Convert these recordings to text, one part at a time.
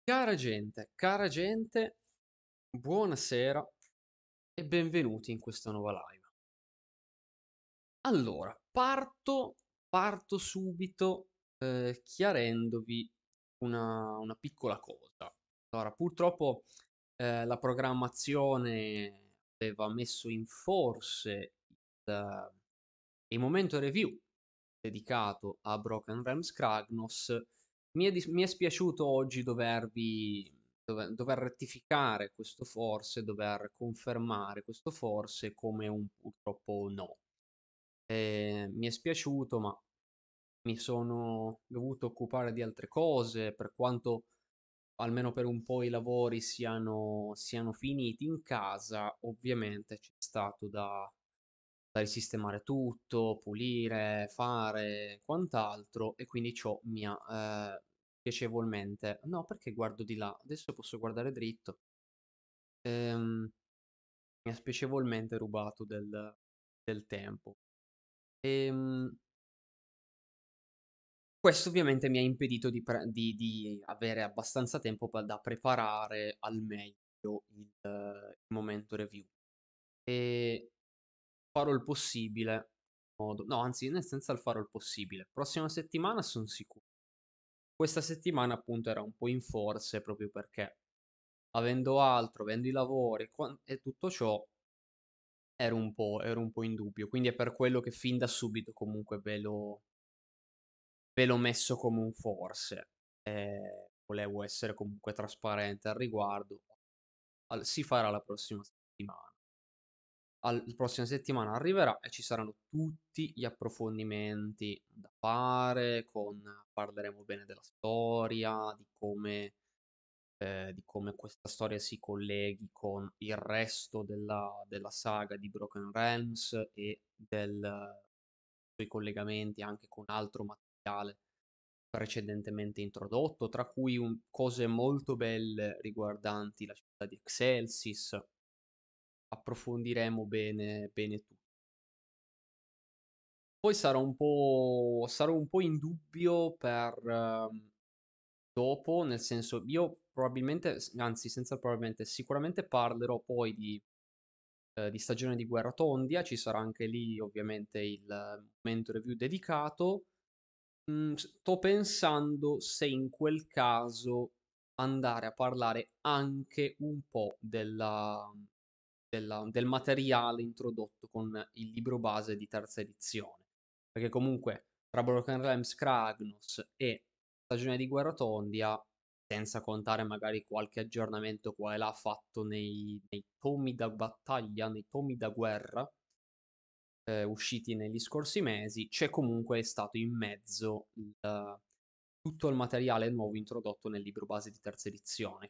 Cara gente, buonasera e benvenuti in questa nuova live. Allora, parto subito chiarendovi una piccola cosa. Allora, purtroppo la programmazione aveva messo in forse il momento review dedicato a Broken Realms Kragnos. Mi è spiaciuto oggi dover rettificare questo forse, dover confermare questo forse come un purtroppo no. Mi è spiaciuto, ma mi sono dovuto occupare di altre cose, per quanto almeno per un po' i lavori siano finiti in casa, ovviamente c'è stato da risistemare tutto, pulire, fare quant'altro e quindi ciò mi ha piacevolmente. No, perché guardo di là? Adesso posso guardare dritto. Ehm, Mi ha spiacevolmente rubato del tempo. Ehm, Questo ovviamente mi ha impedito di avere abbastanza tempo da preparare al meglio il momento review. E farò il possibile. No, anzi, senza il farò il possibile. Prossima settimana sono sicuro. Questa settimana appunto era un po' in forze proprio perché avendo altro, avendo i lavori e tutto ciò, ero un po' in dubbio. Quindi è per quello che fin da subito comunque ve l'ho messo come un forse. Volevo essere comunque trasparente al riguardo. Si farà la prossima settimana. La prossima settimana arriverà e ci saranno tutti gli approfondimenti da fare, parleremo bene della storia, di come questa storia si colleghi con il resto della saga di Broken Realms e suoi collegamenti anche con altro materiale precedentemente introdotto, tra cui cose molto belle riguardanti la città di Excelsis. Approfondiremo bene tutto. Poi sarò un po' in dubbio per dopo, nel senso io probabilmente, anzi senza probabilmente, sicuramente parlerò poi di Stagione di Guerra Tondia, ci sarà anche lì ovviamente il momento review dedicato. Sto pensando se in quel caso andare a parlare anche un po' del materiale introdotto con il libro base di terza edizione. Perché comunque tra Broken Realms Kragnos e Stagione di Guerra Tondia, senza contare magari qualche aggiornamento qua e là fatto nei tomi da battaglia, nei tomi da guerra, usciti negli scorsi mesi, c'è comunque stato in mezzo tutto il materiale nuovo introdotto nel libro base di terza edizione.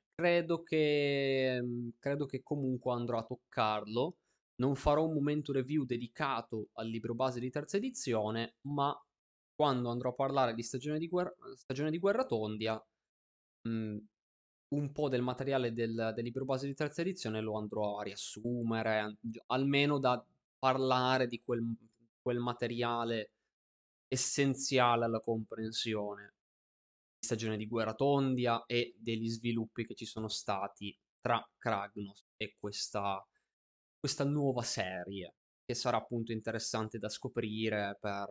Credo che comunque andrò a toccarlo. Non farò un momento review dedicato al libro base di terza edizione, ma quando andrò a parlare di Stagione di Guerra Tondia, mh, un po' del materiale del libro base di terza edizione lo andrò a riassumere, almeno da parlare di quel materiale essenziale alla comprensione di Stagione di Guerra Tondia e degli sviluppi che ci sono stati tra Kragnos e questa nuova serie, che sarà appunto interessante da scoprire per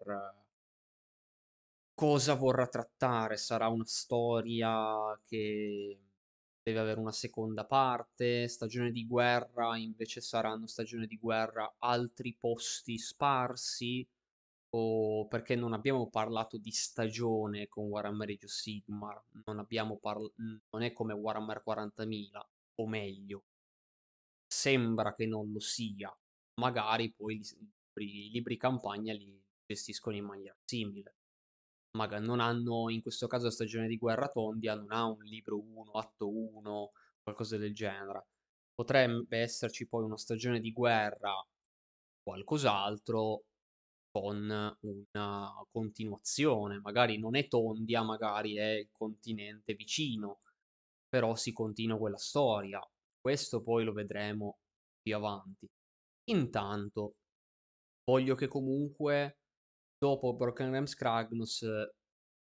cosa vorrà trattare. Sarà una storia che deve avere una seconda parte, Stagione di Guerra invece saranno Stagione di Guerra altri posti sparsi, o perché non abbiamo parlato di stagione con Warhammer Age of Sigmar, non è come Warhammer 40.000, o meglio, sembra che non lo sia. Magari poi i libri campagna li gestiscono in maniera simile. Non hanno, in questo caso, Stagione di Guerra Tondia non ha un libro 1, atto 1, qualcosa del genere. Potrebbe esserci poi una stagione di guerra, qualcos'altro, con una continuazione. Magari non è Tondia, magari è il continente vicino, però si continua quella storia. Questo poi lo vedremo più avanti. Intanto, voglio che comunque, dopo Broken Realms Kragnos,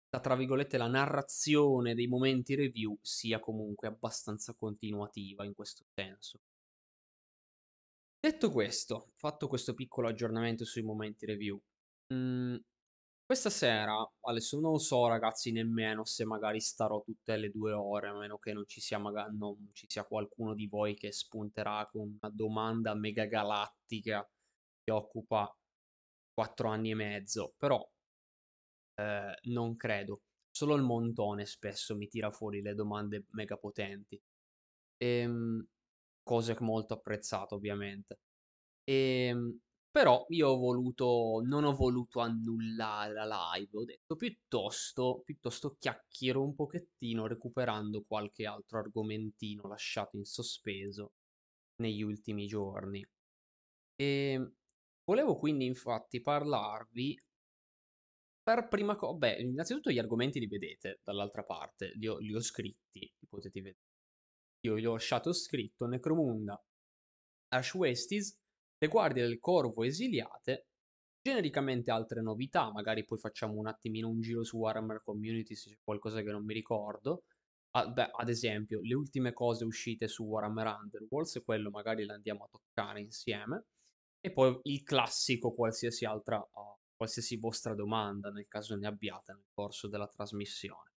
tra virgolette, "la narrazione" dei momenti review sia comunque abbastanza continuativa in questo senso. Detto questo, fatto questo piccolo aggiornamento sui momenti review, mhmm, questa sera, adesso non so ragazzi nemmeno se magari starò tutte le 2 ore, a meno che non ci sia qualcuno di voi che spunterà con una domanda mega galattica che occupa 4 anni e mezzo, però, non credo. Solo il montone spesso mi tira fuori le domande mega potenti. Ehm, Cose molto apprezzate ovviamente. Ehm, Però io non ho voluto annullare la live, ho detto piuttosto chiacchiero un pochettino recuperando qualche altro argomentino lasciato in sospeso negli ultimi giorni. Ehm, Volevo quindi infatti parlarvi per prima beh, innanzitutto gli argomenti li vedete dall'altra parte, li ho scritti, li potete io li ho lasciato scritto: Necromunda, Ash Wasties, Le guardie del corvo esiliate, genericamente altre novità, magari poi facciamo un attimino un giro su Warhammer Community se c'è qualcosa che non mi ricordo. Beh, ad esempio, le ultime cose uscite su Warhammer Underworlds, e quello magari le andiamo a toccare insieme. E poi il classico, qualsiasi vostra domanda, nel caso ne abbiate nel corso della trasmissione.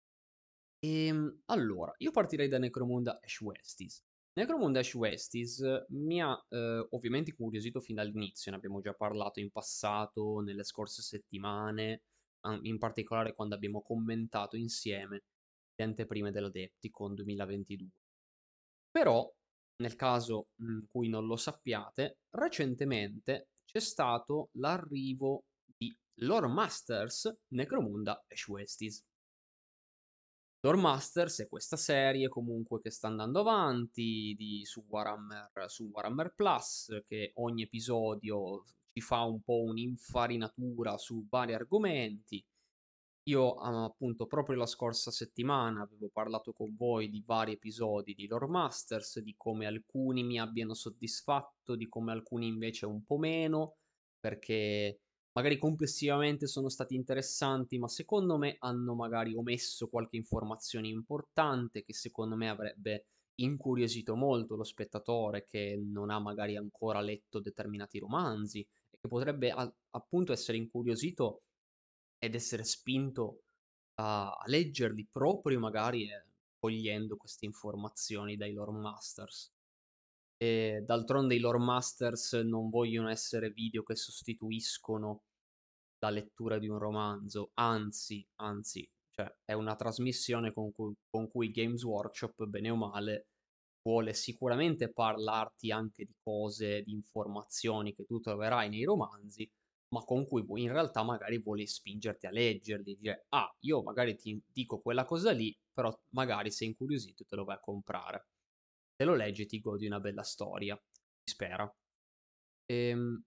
Allora, io partirei da Necromunda Ash Wasties. Necromunda Ash Wasties mi ha ovviamente incuriosito fin dall'inizio, ne abbiamo già parlato in passato, nelle scorse settimane, in particolare quando abbiamo commentato insieme le anteprime dell'Adepticon 2022. Però, nel caso in cui non lo sappiate, recentemente c'è stato l'arrivo di Lore Masters Necromunda Ash Wasties. Lore Masters è questa serie comunque che sta andando avanti su Warhammer Plus, che ogni episodio ci fa un po' un'infarinatura su vari argomenti. Io, appunto, proprio la scorsa settimana avevo parlato con voi di vari episodi di Lore Masters, di come alcuni mi abbiano soddisfatto, di come alcuni invece un po' meno, perché magari complessivamente sono stati interessanti, ma secondo me hanno magari omesso qualche informazione importante che secondo me avrebbe incuriosito molto lo spettatore che non ha magari ancora letto determinati romanzi e che potrebbe appunto essere incuriosito ed essere spinto a leggerli proprio magari, cogliendo queste informazioni dai lore masters. D'altronde i lore masters non vogliono essere video che sostituiscono la lettura di un romanzo, anzi, cioè è una trasmissione con cui Games Workshop, bene o male, vuole sicuramente parlarti anche di cose, di informazioni che tu troverai nei romanzi, ma con cui in realtà magari vuole spingerti a leggerli, dire, ah, io magari ti dico quella cosa lì, però magari sei incuriosito e te lo vai a comprare. Te lo leggi e ti godi una bella storia. Si spera. Ehm,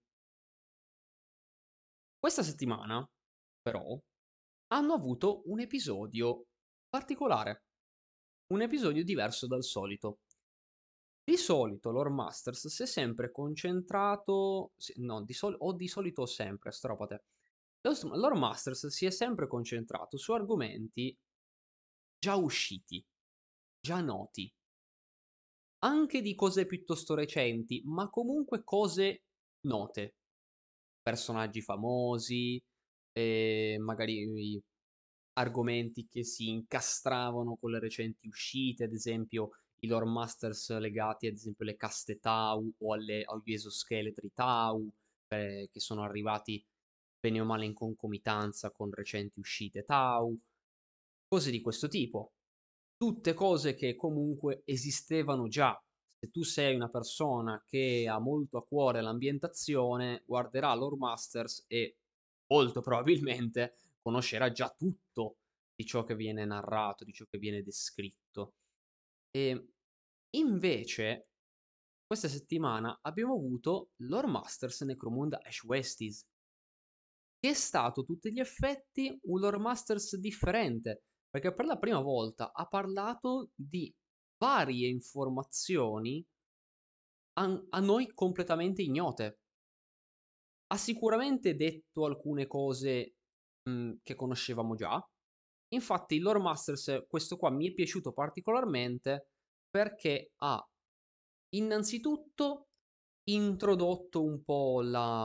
Questa settimana, però, hanno avuto un episodio particolare, un episodio diverso dal solito. Di solito Lore Masters si è sempre concentrato, no, di solito o sempre, sta roba te. Lore Masters si è sempre concentrato su argomenti già usciti, già noti, anche di cose piuttosto recenti, ma comunque cose note. Personaggi famosi, magari argomenti che si incastravano con le recenti uscite, ad esempio i lore masters legati ad esempio alle caste Tau o agli esoscheletri Tau, che sono arrivati bene o male in concomitanza con recenti uscite Tau, cose di questo tipo. Tutte cose che comunque esistevano già. Se tu sei una persona che ha molto a cuore l'ambientazione, guarderà Lore Masters e molto probabilmente conoscerà già tutto di ciò che viene narrato, di ciò che viene descritto. E invece, questa settimana abbiamo avuto Lore Masters Necromunda Ash Wasties, che è stato a tutti gli effetti un Lore Masters differente, perché per la prima volta ha parlato di varie informazioni a noi completamente ignote. Ha sicuramente detto alcune cose che conoscevamo già, Infatti il Lore Masters, questo qua mi è piaciuto particolarmente perché ha innanzitutto introdotto un po'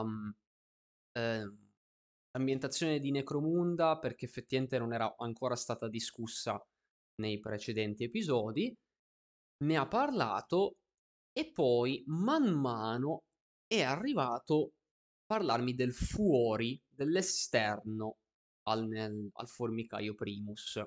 ehm, l'ambientazione di Necromunda, perché effettivamente non era ancora stata discussa nei precedenti episodi, ne ha parlato e poi man mano è arrivato a parlarmi del fuori, dell'esterno al formicaio Primus.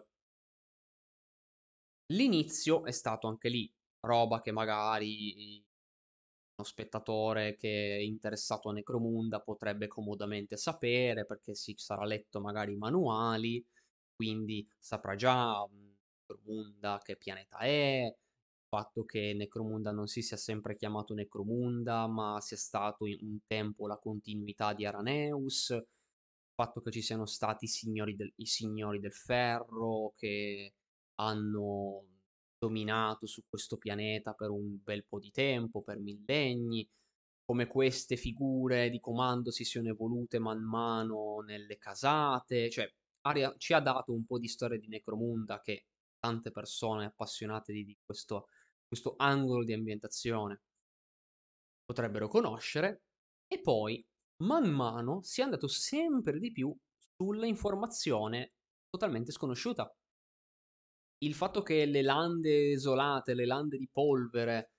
L'inizio è stato anche lì roba che magari uno spettatore che è interessato a Necromunda potrebbe comodamente sapere, perché si sarà letto magari i manuali, quindi saprà già, Necromunda che pianeta è, il fatto che Necromunda non si sia sempre chiamato Necromunda, ma sia stato in un tempo la continuità di Araneus, il fatto che ci siano stati i signori del ferro che hanno dominato su questo pianeta per un bel po' di tempo, per millenni, come queste figure di comando si siano evolute man mano nelle casate, cioè ci ha dato un po' di storia di Necromunda che tante persone appassionate di questo angolo di ambientazione potrebbero conoscere, e poi man mano si è andato sempre di più sulla informazione totalmente sconosciuta. Il fatto che le lande esolate, le lande di polvere,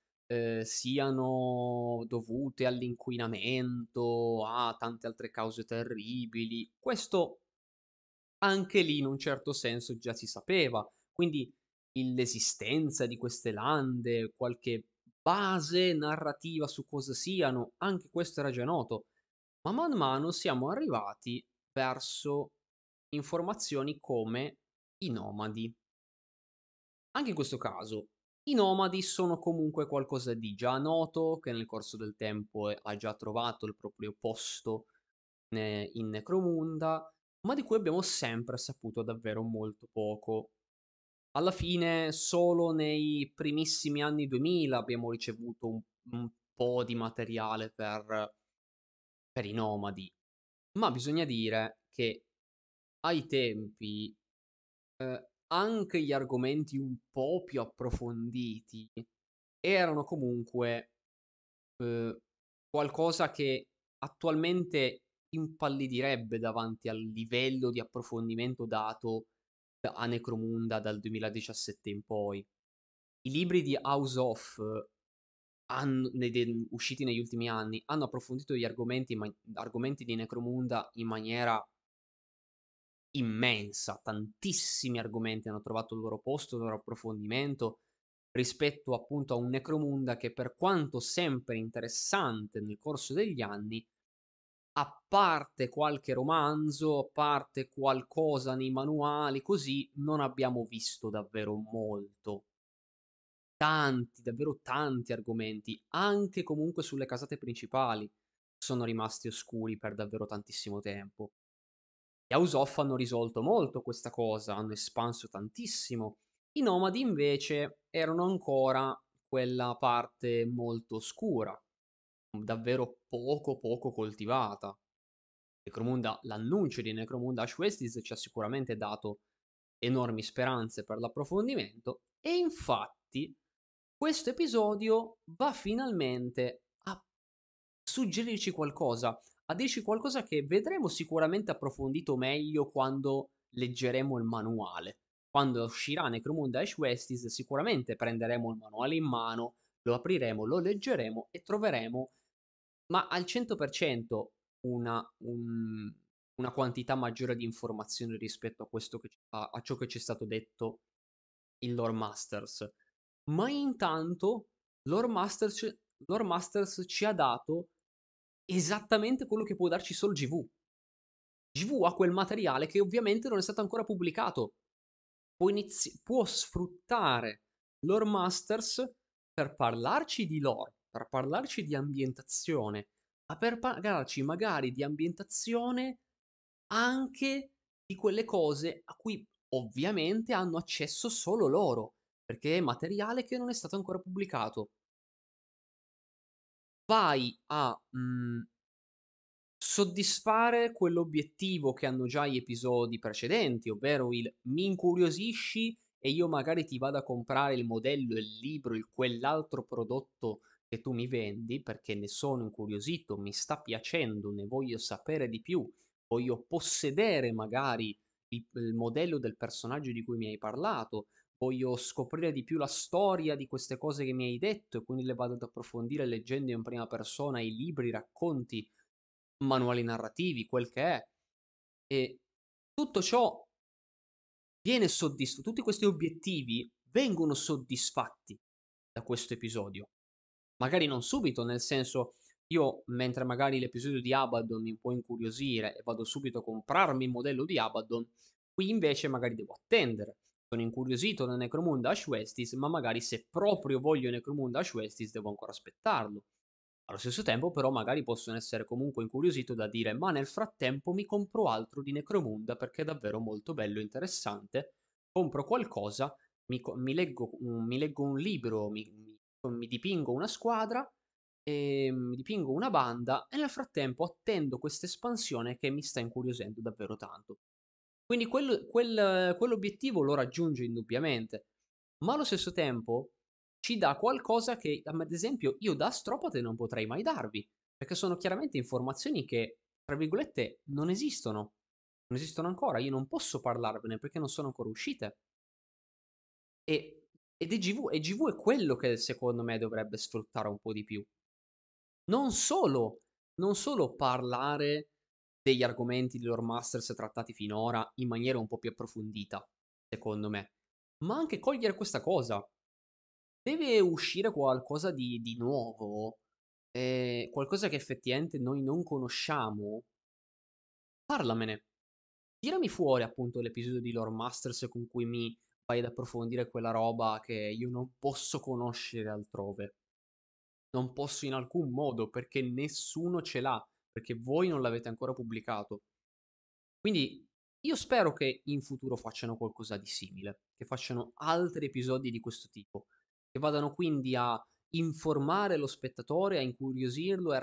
siano dovute all'inquinamento, a tante altre cause terribili, questo anche lì in un certo senso già si sapeva. Quindi l'esistenza di queste lande, qualche base narrativa su cosa siano, anche questo era già noto. Ma man mano siamo arrivati verso informazioni come i nomadi. Anche in questo caso, i nomadi sono comunque qualcosa di già noto, che nel corso del tempo ha già trovato il proprio posto in Necromunda, ma di cui abbiamo sempre saputo davvero molto poco. Alla fine, solo nei primissimi anni 2000 abbiamo ricevuto un po' di materiale per i nomadi, ma bisogna dire che ai tempi anche gli argomenti un po' più approfonditi erano comunque, uhm, qualcosa che attualmente impallidirebbe davanti al livello di approfondimento dato a Necromunda dal 2017 in poi. I libri di House of usciti negli ultimi anni, hanno approfondito gli argomenti di Necromunda in maniera immensa, tantissimi argomenti hanno trovato il loro posto, il loro approfondimento, rispetto appunto a un Necromunda che, per quanto sempre interessante nel corso degli anni, a parte qualche romanzo, a parte qualcosa nei manuali, così, non abbiamo visto davvero molto. Tanti, davvero tanti argomenti, anche comunque sulle casate principali, sono rimasti oscuri per davvero tantissimo tempo. Gli House of hanno risolto molto questa cosa, hanno espanso tantissimo. I Nomadi invece erano ancora quella parte molto oscura, davvero poco coltivata. L'annuncio di Necromunda Ash Wastes ci ha sicuramente dato enormi speranze per l'approfondimento, e infatti questo episodio va finalmente a suggerirci qualcosa, a dirci qualcosa che vedremo sicuramente approfondito meglio quando leggeremo il manuale. Quando uscirà Necromunda Ash Wastes sicuramente prenderemo il manuale in mano, lo apriremo, lo leggeremo e troveremo, ma al 100%, una quantità maggiore di informazioni rispetto a questo a ciò che ci è stato detto in Lore Masters. Ma intanto Lore Masters, Lore Masters ci ha dato esattamente quello che può darci solo GW. GW ha quel materiale che ovviamente non è stato ancora pubblicato. Può sfruttare Lore Masters per parlarci di lore, per parlarci di ambientazione, ma per parlarci magari di ambientazione anche di quelle cose a cui ovviamente hanno accesso solo loro, perché è materiale che non è stato ancora pubblicato. Vai a soddisfare quell'obiettivo che hanno già gli episodi precedenti, ovvero il mi incuriosisci e io magari ti vado a comprare il modello, il libro, quell'altro prodotto che tu mi vendi perché ne sono incuriosito, mi sta piacendo, ne voglio sapere di più, voglio possedere magari il modello del personaggio di cui mi hai parlato, voglio scoprire di più la storia di queste cose che mi hai detto e quindi le vado ad approfondire leggendo in prima persona i libri, i racconti, manuali narrativi, quel che è. E tutto ciò tutti questi obiettivi vengono soddisfatti da questo episodio. Magari non subito, nel senso, io mentre magari l'episodio di Abaddon mi può incuriosire e vado subito a comprarmi il modello di Abaddon, qui invece magari devo attendere. Sono incuriosito da Necromunda Ash Westis, ma magari se proprio voglio Necromunda Ash Westis devo ancora aspettarlo. Allo stesso tempo, però, magari possono essere comunque incuriosito da dire: ma nel frattempo mi compro altro di Necromunda perché è davvero molto bello e interessante. Compro qualcosa, mi leggo un libro, mi dipingo una squadra, e mi dipingo una banda, e nel frattempo attendo questa espansione che mi sta incuriosendo davvero tanto. Quindi quell'obiettivo lo raggiunge indubbiamente, ma allo stesso tempo ci dà qualcosa che, ad esempio, io da Astropate non potrei mai darvi, perché sono chiaramente informazioni che, tra virgolette, non esistono. Non esistono ancora, io non posso parlarvene perché non sono ancora uscite. E GV è quello che secondo me dovrebbe sfruttare un po' di più. Non solo, non solo parlare degli argomenti di Lore Masters trattati finora in maniera un po' più approfondita, secondo me, ma anche cogliere questa cosa. Deve uscire qualcosa di nuovo, qualcosa che effettivamente noi non conosciamo. Parlamene. Tirami fuori appunto l'episodio di Lore Masters con cui mi vai ad approfondire quella roba che io non posso conoscere altrove. Non posso in alcun modo perché nessuno ce l'ha, perché voi non l'avete ancora pubblicato. Quindi io spero che in futuro facciano qualcosa di simile, che facciano altri episodi di questo tipo, che vadano quindi a informare lo spettatore, a incuriosirlo e a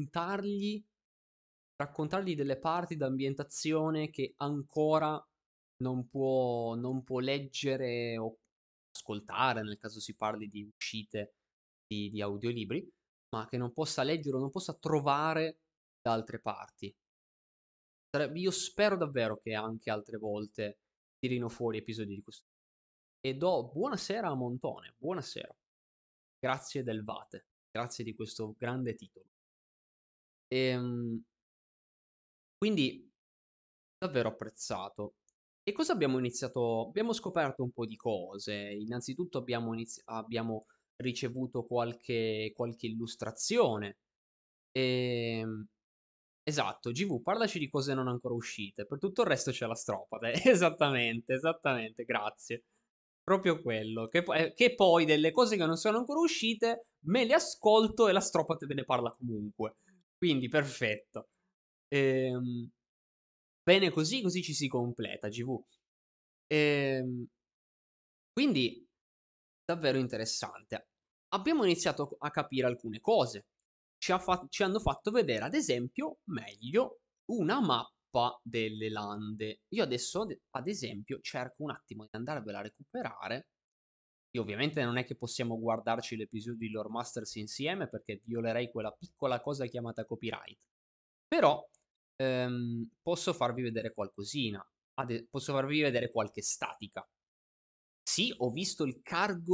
raccontargli delle parti d'ambientazione che ancora non può leggere o ascoltare, nel caso si parli di uscite di audiolibri, ma che non possa leggere o non possa trovare da altre parti. Io spero davvero che anche altre volte tirino fuori episodi di questo. E do buonasera a Montone, buonasera. Grazie del Vate, grazie di questo grande titolo. Ehm, quindi davvero apprezzato. E cosa abbiamo iniziato? Abbiamo scoperto un po' di cose. Innanzitutto abbiamo ricevuto qualche illustrazione. Ehm, esatto, GV, parlaci di cose non ancora uscite. Per tutto il resto c'è la stropade. Esattamente, esattamente, grazie. Proprio quello. Che poi delle cose che non sono ancora uscite, me le ascolto e la stropade ve ne parla comunque. Quindi, perfetto. Ehm, bene così, così ci si completa, GV. Ehm, quindi, davvero interessante. Abbiamo iniziato a capire alcune cose. Ci hanno fatto vedere, ad esempio, meglio una mappa delle lande. Io adesso, ad esempio, cerco un attimo di andarvela a recuperare. Io ovviamente non è che possiamo guardarci l'episodio di Lore Masters insieme perché violerei quella piccola cosa chiamata copyright. Però posso farvi vedere qualcosina. Posso farvi vedere qualche statica. Sì, ho visto il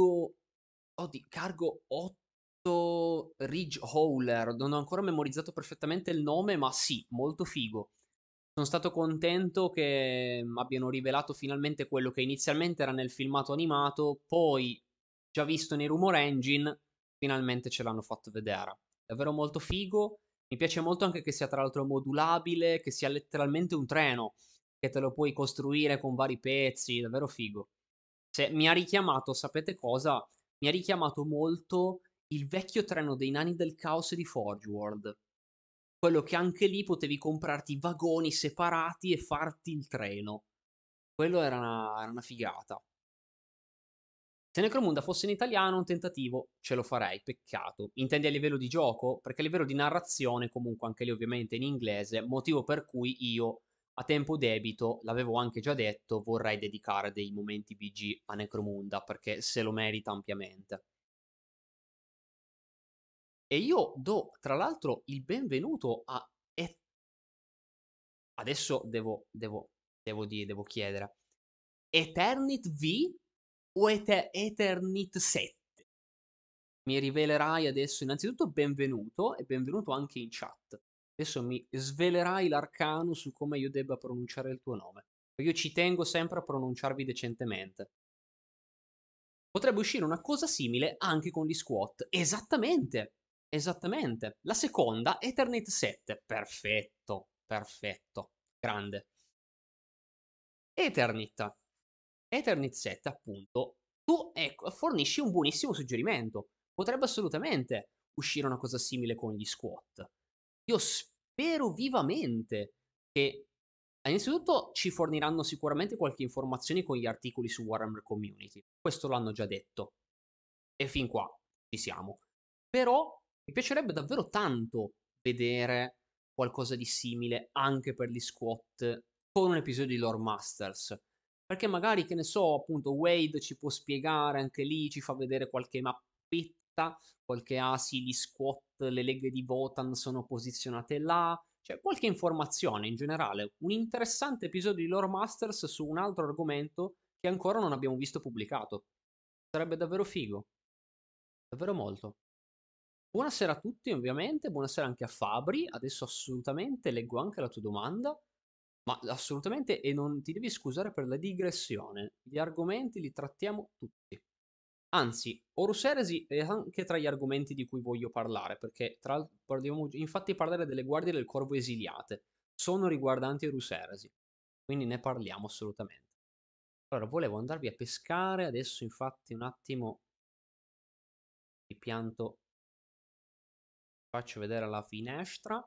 Cargo 8 Ridge Hauler. Non ho ancora memorizzato perfettamente il nome, ma sì, molto figo. Sono stato contento che abbiano rivelato finalmente quello che inizialmente era nel filmato animato, poi, già visto nei Rumor Engine, finalmente ce l'hanno fatto vedere. Davvero molto figo. Mi piace molto anche che sia tra l'altro modulabile, che sia letteralmente un treno, che te lo puoi costruire con vari pezzi, davvero figo. Mi ha richiamato, sapete cosa? Mi ha richiamato molto il vecchio treno dei Nani del Caos di Forge World. Quello che anche lì potevi comprarti i vagoni separati e farti il treno. Quello era una figata. Se Necromunda fosse in italiano, un tentativo ce lo farei, peccato. Intendi a livello di gioco? Perché a livello di narrazione, comunque anche lì ovviamente in inglese, motivo per cui io a tempo debito, l'avevo anche già detto, vorrei dedicare dei momenti BG a Necromunda, perché se lo merita ampiamente. E io do, tra l'altro, il benvenuto a... adesso devo chiedere. Eternit V o Eternit 7? Mi rivelerai adesso innanzitutto benvenuto e benvenuto anche in chat. Adesso mi svelerai l'arcano su come io debba pronunciare il tuo nome. Io ci tengo sempre a pronunciarvi decentemente. Potrebbe uscire una cosa simile anche con gli squat. Esattamente, esattamente. La seconda, Eternit 7. Perfetto, perfetto, grande. Eternit. Eternit 7, appunto, tu ecco, fornisci un buonissimo suggerimento. Potrebbe assolutamente uscire una cosa simile con gli squat. Io spero vivamente che, innanzitutto, ci forniranno sicuramente qualche informazione con gli articoli su Warhammer Community. Questo l'hanno già detto. E fin qua ci siamo. Però mi piacerebbe davvero tanto vedere qualcosa di simile anche per gli squat con un episodio di Lore Masters. Perché magari, che ne so, appunto, Wade ci può spiegare anche lì, ci fa vedere qualche mappetta, qualche sì, gli squat, le leghe di Votan sono posizionate là, cioè qualche informazione in generale. Un interessante episodio di Lore Masters su un altro argomento che ancora non abbiamo visto pubblicato. Sarebbe davvero figo, davvero molto. Buonasera a tutti, ovviamente, buonasera anche a Fabri. Adesso assolutamente leggo anche la tua domanda, ma assolutamente, e non ti devi scusare per la digressione. Gli argomenti li trattiamo tutti. Anzi, Horus Heresy è anche tra gli argomenti di cui voglio parlare, perché vogliamo infatti parlare delle guardie del corvo esiliate. Sono riguardanti Horus Heresy, quindi ne parliamo assolutamente. Allora, volevo andarvi a pescare, adesso infatti un attimo vi pianto, faccio vedere la finestra.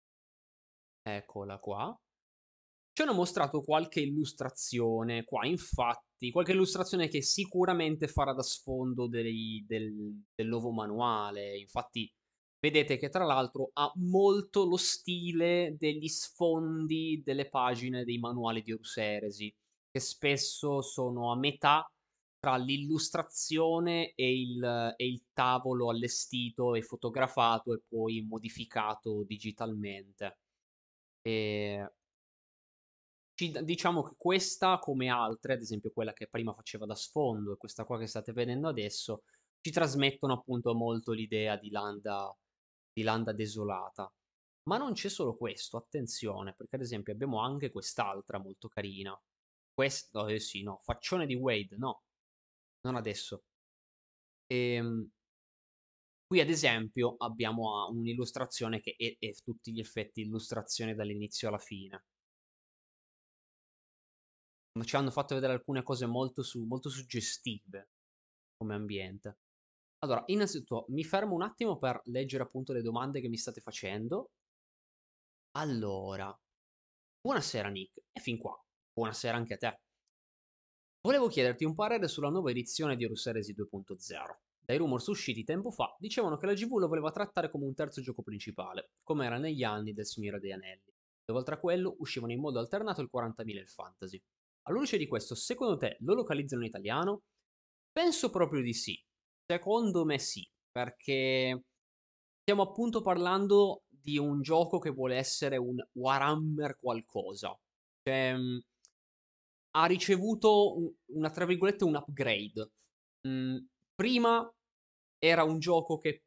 Eccola qua. Ci hanno mostrato qualche illustrazione qua, infatti, qualche illustrazione che sicuramente farà da sfondo del nuovo manuale. Infatti, vedete che tra l'altro ha molto lo stile degli sfondi delle pagine dei manuali di Horus Heresy, che spesso sono a metà tra l'illustrazione e il tavolo allestito e fotografato e poi modificato digitalmente. E diciamo che questa, come altre, ad esempio quella che prima faceva da sfondo e questa qua che state vedendo adesso, ci trasmettono appunto molto l'idea di landa desolata. Ma non c'è solo questo, attenzione, perché ad esempio abbiamo anche quest'altra molto carina. Questo, sì, no, faccione di Wade, no, non adesso. Ehm, Qui ad esempio abbiamo un'illustrazione che è a tutti gli effetti illustrazione dall'inizio alla fine. Ma ci hanno fatto vedere alcune cose molto suggestive come ambiente. Allora, innanzitutto mi fermo un attimo per leggere appunto le domande che mi state facendo. Allora, buonasera Nick, e fin qua. Buonasera anche a te. Volevo chiederti un parere sulla nuova edizione di Horus Heresy 2.0. Dai rumors usciti tempo fa, dicevano che la GV lo voleva trattare come un terzo gioco principale, come era negli anni del Signore dei Anelli, dove oltre a quello uscivano in modo alternato il 40.000 e il Fantasy. Alla luce di questo, secondo te lo localizzano in italiano? Penso proprio di sì. Secondo me sì, perché stiamo appunto parlando di un gioco che vuole essere un Warhammer qualcosa. Cioè, ha ricevuto una, tra virgolette, un upgrade. Prima era un gioco che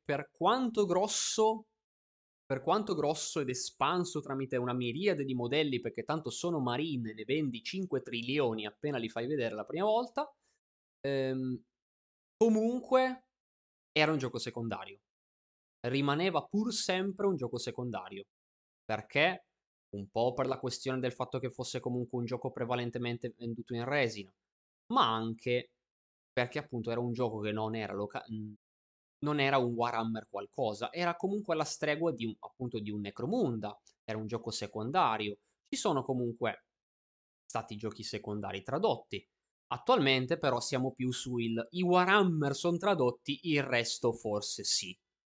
per quanto grosso ed espanso tramite una miriade di modelli, perché tanto sono marine, ne vendi 5 trilioni appena li fai vedere la prima volta, ehm, comunque era un gioco secondario. Rimaneva pur sempre un gioco secondario. Perché? Un po' per la questione del fatto che fosse comunque un gioco prevalentemente venduto in resina, ma anche perché appunto era un gioco che non era un Warhammer qualcosa, era comunque alla stregua di appunto di un Necromunda, era un gioco secondario. Ci sono comunque stati giochi secondari tradotti, Attualmente però siamo più sul i Warhammer son tradotti, il resto forse sì.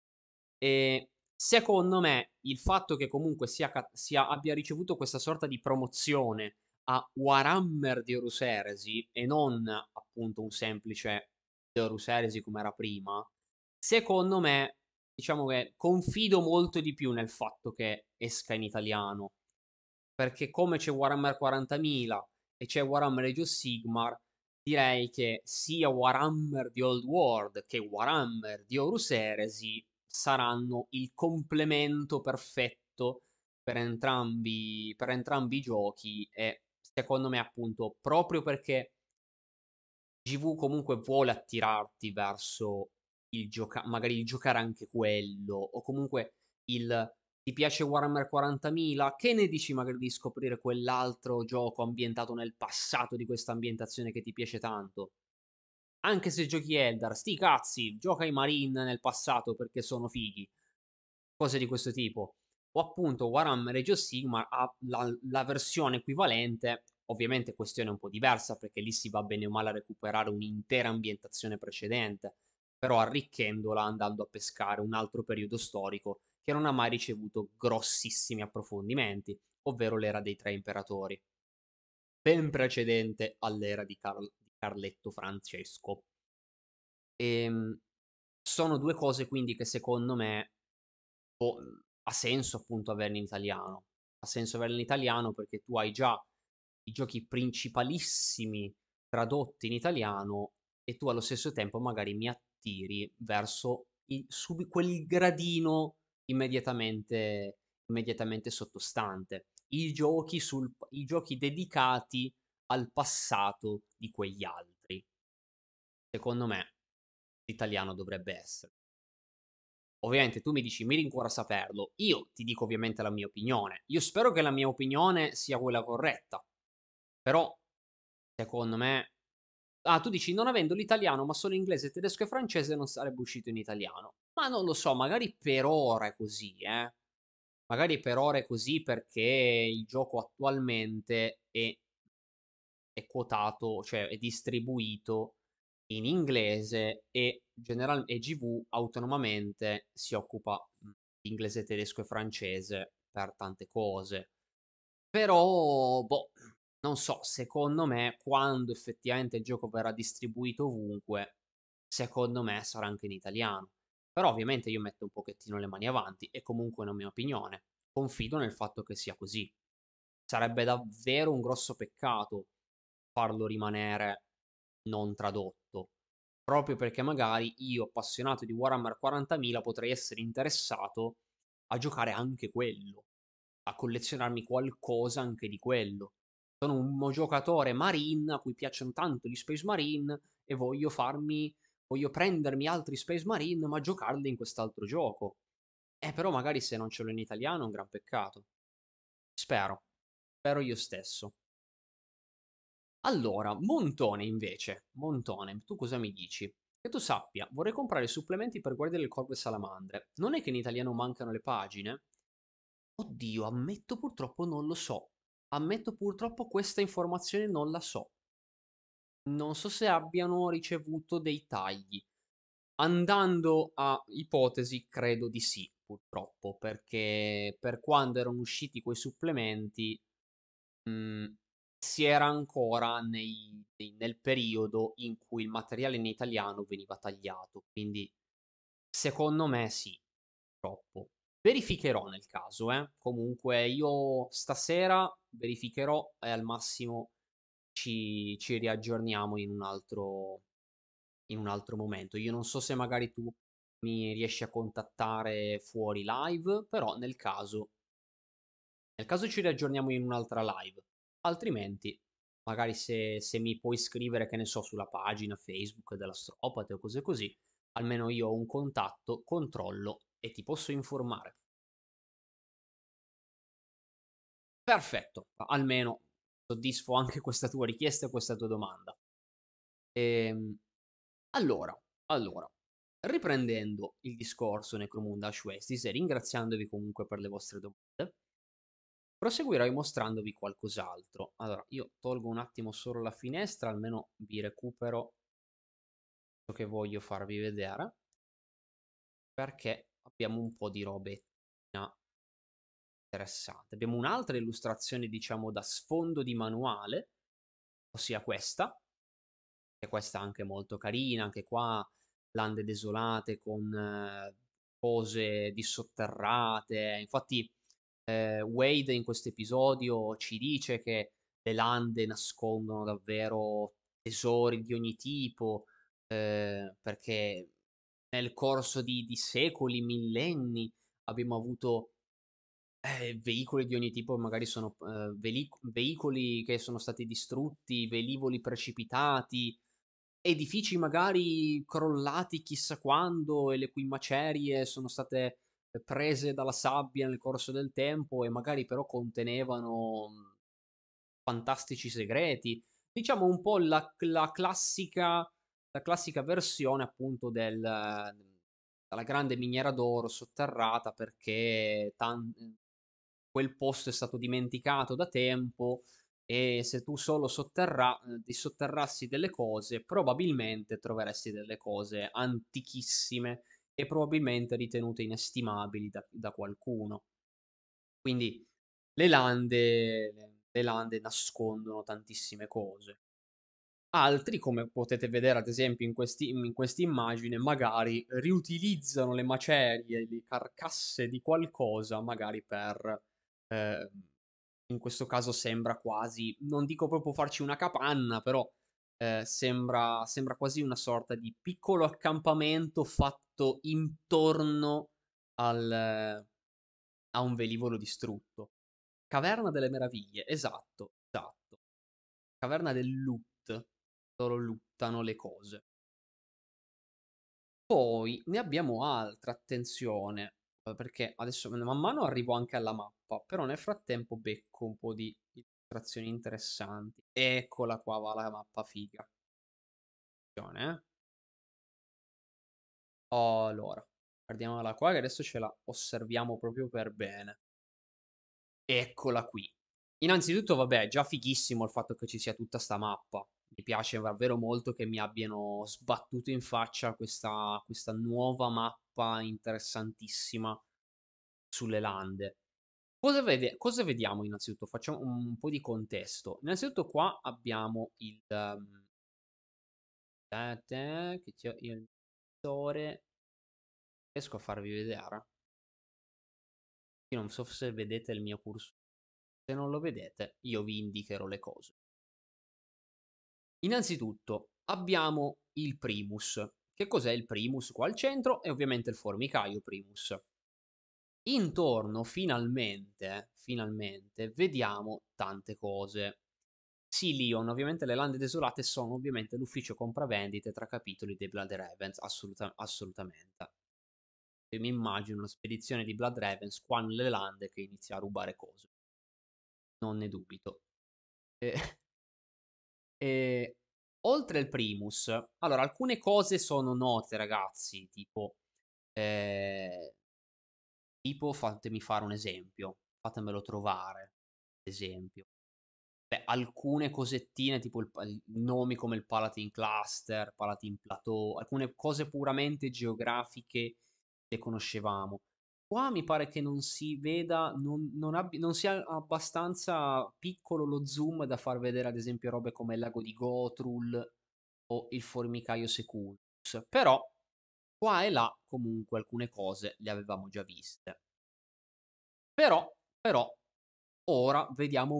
Secondo me il fatto che comunque abbia ricevuto questa sorta di promozione a Warhammer di Horus Heresy e non appunto un semplice The Horus Heresy come era prima, secondo me, diciamo che confido molto di più nel fatto che esca in italiano. Perché come c'è Warhammer 40.000 e c'è Warhammer Age of Sigmar, direi che sia Warhammer di Old World che Warhammer di Horus Heresy saranno il complemento perfetto per entrambi i giochi e secondo me appunto proprio perché GW comunque vuole attirarti verso magari il giocare anche quello, o comunque il ti piace Warhammer 40.000? Che ne dici magari di scoprire quell'altro gioco ambientato nel passato di questa ambientazione che ti piace tanto? Anche se giochi Eldar, sti cazzi, gioca i Marine nel passato perché sono fighi, cose di questo tipo. O appunto Warhammer Age of Sigmar ha la versione equivalente, ovviamente questione un po' diversa perché lì si va bene o male a recuperare un'intera ambientazione precedente, però arricchendola andando a pescare un altro periodo storico che non ha mai ricevuto grossissimi approfondimenti, ovvero l'era dei tre imperatori, ben precedente all'era di Carletto Francesco. Ehm, sono due cose quindi che secondo me ha senso appunto averli in italiano. Ha senso averli in italiano perché tu hai già i giochi principalissimi tradotti in italiano e tu allo stesso tempo magari mi attiri verso quel gradino immediatamente sottostante. I giochi dedicati al passato di quegli altri. Secondo me l'italiano dovrebbe essere. Ovviamente tu mi dici, mi rincuora saperlo. Io ti dico ovviamente la mia opinione. Io spero che la mia opinione sia quella corretta. Però, secondo me... Ah, tu dici, non avendo l'italiano, ma solo inglese, tedesco e francese, non sarebbe uscito in italiano. Ma non lo so, magari per ora è così, eh. Magari per ora è così perché il gioco attualmente è quotato, cioè è distribuito in inglese e GW autonomamente si occupa di inglese, tedesco e francese per tante cose. Però, boh, non so, secondo me, quando effettivamente il gioco verrà distribuito ovunque, secondo me sarà anche in italiano. Però ovviamente io metto un pochettino le mani avanti, è comunque una mia opinione. Confido nel fatto che sia così. Sarebbe davvero un grosso peccato farlo rimanere non tradotto. Proprio perché magari io, appassionato di Warhammer 40.000, potrei essere interessato a giocare anche quello, a collezionarmi qualcosa anche di quello. Sono un giocatore Marine a cui piacciono tanto gli Space Marine e voglio prendermi altri Space Marine ma giocarli in quest'altro gioco. Però magari se non ce l'ho in italiano è un gran peccato. Spero, spero io stesso. Allora, Montone invece, Montone, tu cosa mi dici? Che tu sappia, vorrei comprare supplementi per Guardia del Corvo e Salamandre. Non è che in italiano mancano le pagine? Oddio, ammetto purtroppo non lo so. Ammetto purtroppo questa informazione non la so. Non so se abbiano ricevuto dei tagli. Andando a ipotesi, credo di sì, purtroppo, perché per quando erano usciti quei supplementi Mhmm, si era ancora nel periodo in cui il materiale in italiano veniva tagliato, quindi secondo me sì, troppo. Verificherò nel caso, eh. Comunque io stasera verificherò e al massimo ci riaggiorniamo in un altro momento. Io non so se magari tu mi riesci a contattare fuori live, però nel caso ci riaggiorniamo in un'altra live, altrimenti magari se mi puoi scrivere, che ne so, sulla pagina Facebook dell'Astropate o cose così, almeno io ho un contatto, controllo e ti posso informare. Perfetto, almeno soddisfo anche questa tua richiesta e questa tua domanda. Ehm, allora, riprendendo il discorso Necromunda Ash Westis e ringraziandovi comunque per le vostre domande, proseguirei mostrandovi qualcos'altro. Allora, io tolgo un attimo solo la finestra, almeno vi recupero ciò che voglio farvi vedere, perché abbiamo un po' di robettina interessante. Abbiamo un'altra illustrazione, diciamo, da sfondo di manuale, ossia questa, e questa anche molto carina, anche qua lande desolate con cose dissotterrate. Infatti Wade in questo episodio ci dice che le lande nascondono davvero tesori di ogni tipo, perché nel corso di secoli, millenni, abbiamo avuto veicoli di ogni tipo, magari sono veicoli che sono stati distrutti, velivoli precipitati, edifici magari crollati chissà quando e le cui macerie sono state prese dalla sabbia nel corso del tempo e magari però contenevano fantastici segreti. Diciamo un po' la classica versione appunto della grande miniera d'oro sotterrata perché quel posto è stato dimenticato da tempo e se tu solo dissotterrassi delle cose, probabilmente troveresti delle cose antichissime e probabilmente ritenute inestimabili da qualcuno. Quindi le lande nascondono tantissime cose. Altri, come potete vedere ad esempio in quest'immagine, magari riutilizzano le macerie, le carcasse di qualcosa, magari per, ehm, in questo caso sembra quasi, non dico proprio farci una capanna, però sembra quasi una sorta di piccolo accampamento fatto intorno a un velivolo distrutto. Caverna delle meraviglie, esatto, esatto. Caverna del loot. Loro lootano le cose. Poi ne abbiamo altra, attenzione, perché adesso man mano arrivo anche alla mappa, però nel frattempo becco un po' di illustrazioni interessanti. Eccola qua, va la mappa figa. Attenzione, eh. Allora, guardiamola qua che adesso ce la osserviamo proprio per bene. Eccola qui. Innanzitutto, vabbè, già fighissimo il fatto che ci sia tutta sta mappa. Mi piace davvero molto che mi abbiano sbattuto in faccia questa nuova mappa interessantissima sulle lande. Cosa vediamo innanzitutto? Facciamo un po' di contesto. Innanzitutto qua abbiamo che il monitor. Riesco a farvi vedere? Io non so se vedete il mio cursore. Se non lo vedete, io vi indicherò le cose. Innanzitutto abbiamo il primus. Che cos'è il primus qua al centro? È ovviamente il formicaio primus. Intorno finalmente vediamo tante cose. Sì, Leon, ovviamente le lande desolate sono ovviamente l'ufficio compravendite tra capitoli dei Blood Ravens, assolutamente. Io mi immagino una spedizione di Blood Ravens qua nelle lande che inizia a rubare cose, non ne dubito. E E oltre il primus, allora alcune cose sono note ragazzi, ehm, tipo fatemi fare un esempio, fatemelo trovare, esempio. Beh, alcune cosettine tipo il nomi come il Palatine Cluster, Palatine Plateau, alcune cose puramente geografiche le conoscevamo. Qua mi pare che non si veda, non sia abbastanza piccolo lo zoom da far vedere ad esempio robe come il lago di Gotrul o il formicaio Secundus. Però qua e là comunque alcune cose le avevamo già viste. Però ora vediamo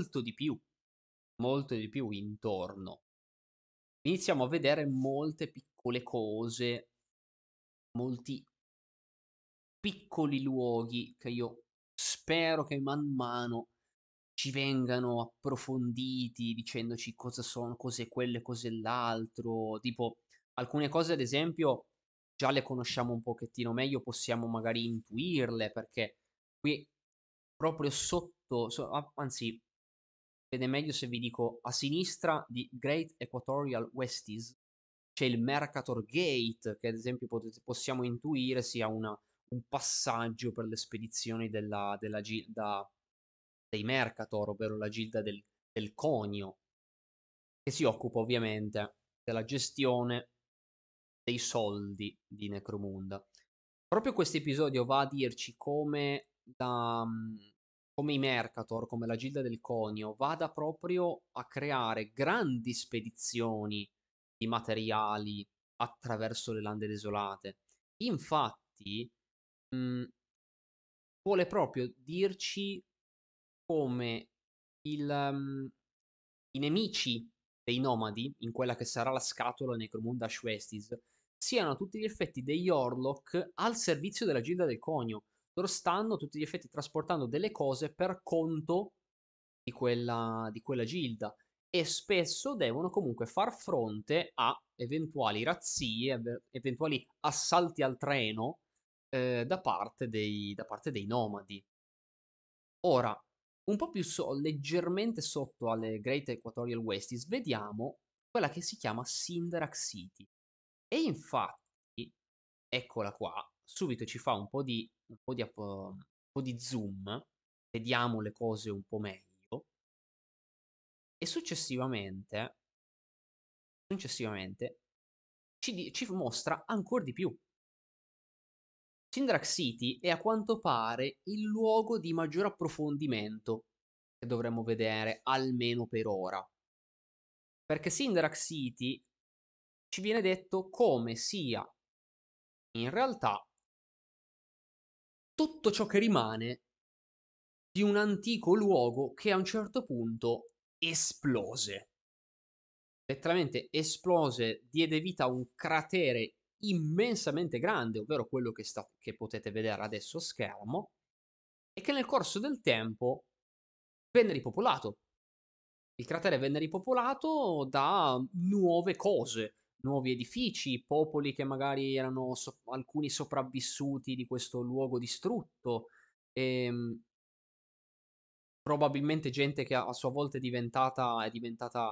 molto di più intorno. Iniziamo a vedere molte piccole cose, molti piccoli luoghi che io spero che man mano ci vengano approfonditi dicendoci cosa sono, cos'è quello e cos'è l'altro. Tipo, alcune cose, ad esempio, già le conosciamo un pochettino meglio, possiamo magari intuirle, perché qui proprio sotto, anzi, vede meglio se vi dico a sinistra di Great Equatorial Westies c'è il Mercator Gate, che ad esempio possiamo intuire sia un passaggio per le spedizioni dei Mercator, ovvero la gilda del Conio, che si occupa ovviamente della gestione dei soldi di Necromunda. Proprio questo episodio va a dirci come i Mercator, come la Gilda del Conio, vada proprio a creare grandi spedizioni di materiali attraverso le lande desolate. Infatti, mh, vuole proprio dirci come i nemici dei nomadi, in quella che sarà la scatola Necromunda Ashwestis, siano a tutti gli effetti degli Orlok al servizio della Gilda del Conio. Loro stanno a tutti gli effetti trasportando delle cose per conto di quella gilda e spesso devono comunque far fronte a eventuali razzie, eventuali assalti al treno da parte dei nomadi. Ora, un po' più leggermente sotto alle Great Equatorial Wastes, vediamo quella che si chiama Sindrak City. E infatti, eccola qua, subito ci fa un po' di zoom, vediamo le cose un po' meglio, e successivamente ci mostra ancora di più. Sindrak City è a quanto pare il luogo di maggior approfondimento che dovremmo vedere, almeno per ora. Perché Sindrak City ci viene detto come sia in realtà tutto ciò che rimane di un antico luogo che a un certo punto esplose. Letteralmente esplose, diede vita a un cratere immensamente grande, ovvero quello che potete vedere adesso a schermo, e che nel corso del tempo venne ripopolato. Il cratere venne ripopolato da nuove cose, nuovi edifici, popoli che magari erano alcuni sopravvissuti di questo luogo distrutto, ehm, probabilmente gente che a sua volta è diventata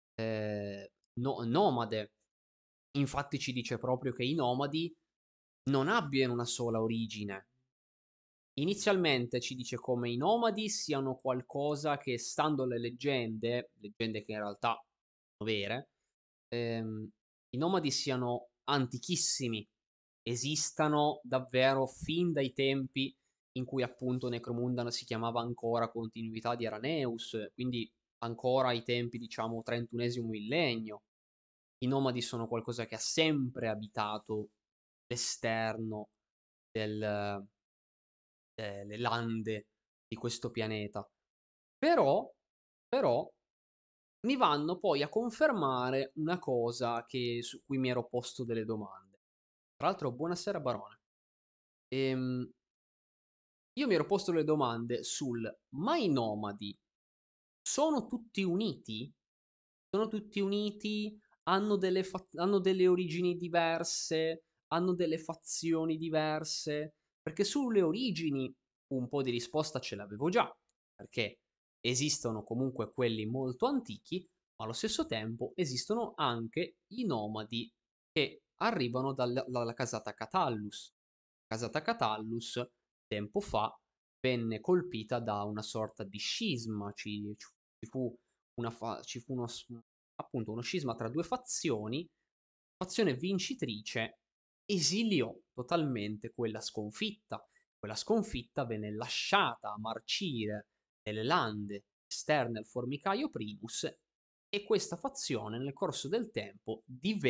nomade. Infatti ci dice proprio che i nomadi non abbiano una sola origine. Inizialmente ci dice come i nomadi siano qualcosa che, stando alle leggende che in realtà sono vere, i nomadi siano antichissimi, esistano davvero fin dai tempi in cui appunto Necromunda si chiamava ancora continuità di Araneus, quindi ancora ai tempi diciamo 31esimo millennio. I nomadi sono qualcosa che ha sempre abitato l'esterno del, delle lande di questo pianeta. Però, però, mi vanno poi a confermare una cosa su cui mi ero posto delle domande. Tra l'altro, buonasera Barone. Ehm, io mi ero posto le domande ma i nomadi sono tutti uniti? Sono tutti uniti? Hanno delle origini diverse? Hanno delle fazioni diverse? Perché sulle origini un po' di risposta ce l'avevo già, perché esistono comunque quelli molto antichi, ma allo stesso tempo esistono anche i nomadi che arrivano dalla casata Catallus. Casata Catallus, tempo fa, venne colpita da una sorta di scisma, ci fu, ci fu appunto uno scisma tra due fazioni, la fazione vincitrice esiliò totalmente quella sconfitta. Quella sconfitta venne lasciata a marcire nelle lande esterne al formicaio Primus e questa fazione nel corso del tempo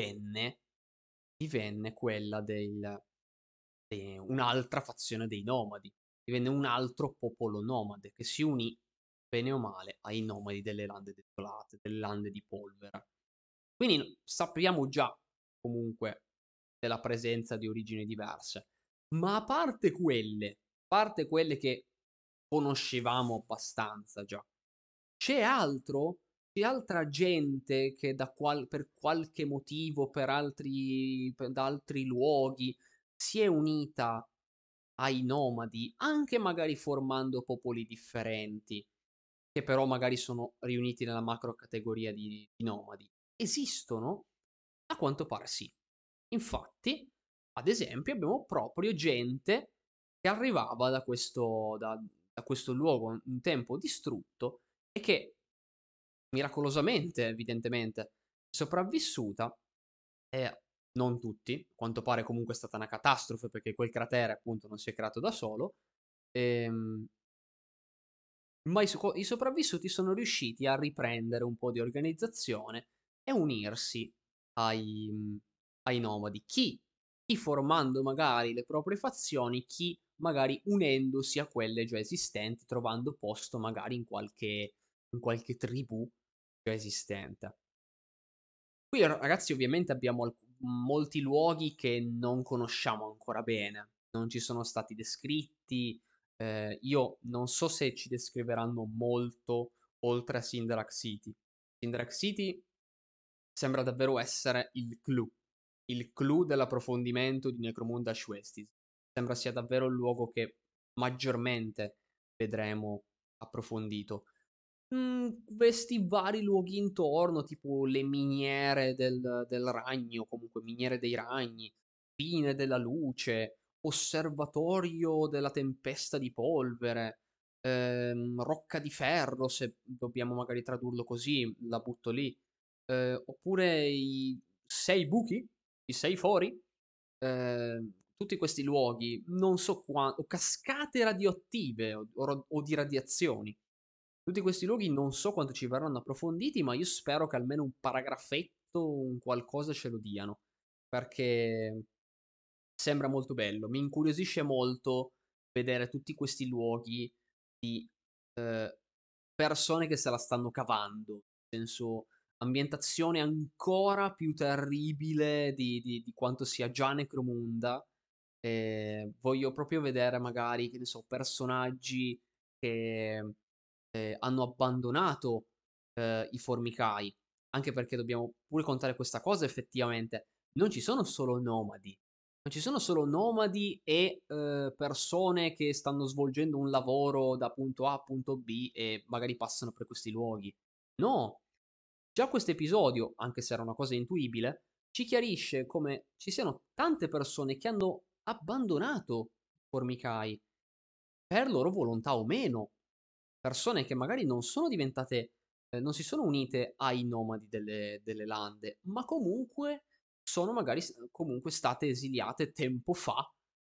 divenne quella un'altra fazione dei nomadi, divenne un altro popolo nomade che si unì bene o male ai nomadi delle lande desolate, delle lande di polvere. Quindi sappiamo già comunque della presenza di origini diverse, ma a parte quelle che conoscevamo abbastanza già, c'è altro? C'è altra gente che per qualche motivo, da altri luoghi, si è unita ai nomadi, anche magari formando popoli differenti, che però magari sono riuniti nella macro categoria di nomadi. Esistono? A quanto pare sì. Infatti, ad esempio, abbiamo proprio gente che arrivava da questo luogo un tempo distrutto e che miracolosamente, evidentemente, è sopravvissuta. E non tutti, a quanto pare comunque è stata una catastrofe perché quel cratere appunto non si è creato da solo. Ehm, ma i sopravvissuti sono riusciti a riprendere un po' di organizzazione e unirsi ai nomadi. Chi formando magari le proprie fazioni, chi magari unendosi a quelle già esistenti, trovando posto magari in qualche tribù già esistente. Qui ragazzi ovviamente abbiamo molti luoghi che non conosciamo ancora bene, non ci sono stati descritti, io non so se ci descriveranno molto oltre a Sindarak City. Sindarak City sembra davvero essere il clou dell'approfondimento di Necromunda Shwestis. Sembra sia davvero il luogo che maggiormente vedremo approfondito. Questi vari luoghi intorno, tipo le miniere del ragno, comunque miniere dei ragni, fine della luce, osservatorio della tempesta di polvere, rocca di ferro, se dobbiamo magari tradurlo così, la butto lì. Oppure i 6 buchi, i 6 fori, tutti questi luoghi, non so qua o cascate radioattive o di radiazioni. Tutti questi luoghi non so quanto ci verranno approfonditi, ma io spero che almeno un paragrafetto, un qualcosa ce lo diano, perché sembra molto bello. Mi incuriosisce molto vedere tutti questi luoghi di eh, persone che se la stanno cavando, nel senso ambientazione ancora più terribile di quanto sia già Necromunda. Voglio proprio vedere magari, che ne so, personaggi che hanno abbandonato i formicai, anche perché dobbiamo pure contare questa cosa effettivamente, non ci sono solo nomadi. Non ci sono solo nomadi e persone che stanno svolgendo un lavoro da punto A a punto B e magari passano per questi luoghi. No, già questo episodio, anche se era una cosa intuibile, ci chiarisce come ci siano tante persone che hanno abbandonato Formicai per loro volontà o meno. Persone che magari non sono diventate, non si sono unite ai nomadi delle lande, ma comunque sono magari comunque state esiliate tempo fa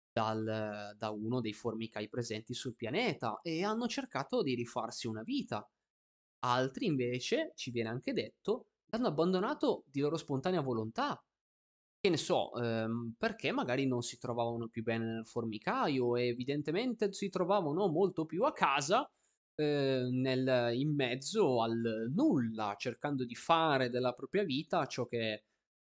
da uno dei formicai presenti sul pianeta e hanno cercato di rifarsi una vita. Altri invece, ci viene anche detto, l'hanno abbandonato di loro spontanea volontà. Che ne so, perché magari non si trovavano più bene nel formicaio e evidentemente si trovavano molto più a casa, in mezzo al nulla, cercando di fare della propria vita ciò che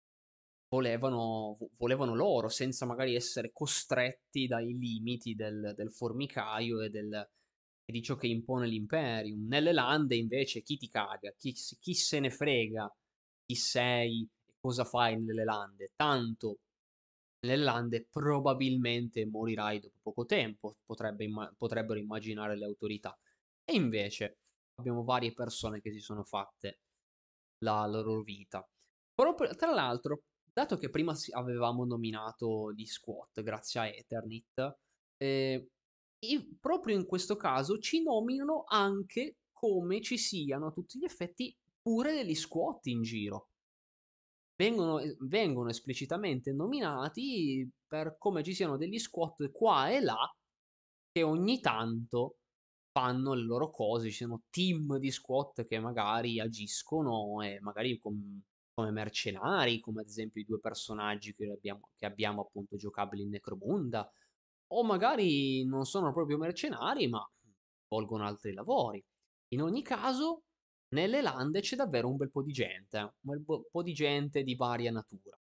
volevano loro, senza magari essere costretti dai limiti del formicaio e di ciò che impone l'Imperium. Nelle lande invece chi ti caga, chi se ne frega chi sei e cosa fai nelle lande. Tanto nelle lande probabilmente morirai dopo poco tempo, potrebbero immaginare le autorità. E invece abbiamo varie persone che si sono fatte la loro vita. Proprio, tra l'altro, dato che prima avevamo nominato gli squat grazie a Eternit, proprio in questo caso ci nominano anche come ci siano a tutti gli effetti pure degli squat in giro. Vengono esplicitamente nominati per come ci siano degli squat qua e là che ogni tanto fanno le loro cose, ci sono team di squat che magari agiscono e magari come mercenari, come ad esempio i due personaggi che abbiamo appunto giocabili in Necromunda, o magari non sono proprio mercenari, ma svolgono altri lavori. In ogni caso, nelle lande c'è davvero un bel po' di gente, un bel po' di gente di varia natura.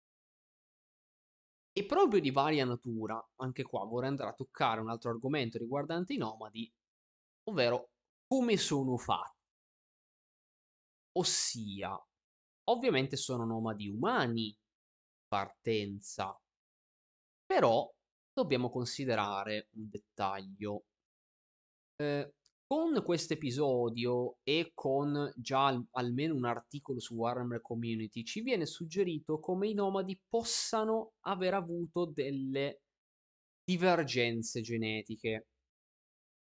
E proprio di varia natura, anche qua vorrei andare a toccare un altro argomento riguardante i nomadi, ovvero come sono fatti. Ossia, ovviamente sono nomadi umani, partenza, però dobbiamo considerare un dettaglio. Ehm, con questo episodio e con già almeno un articolo su Warhammer Community, ci viene suggerito come i nomadi possano aver avuto delle divergenze genetiche.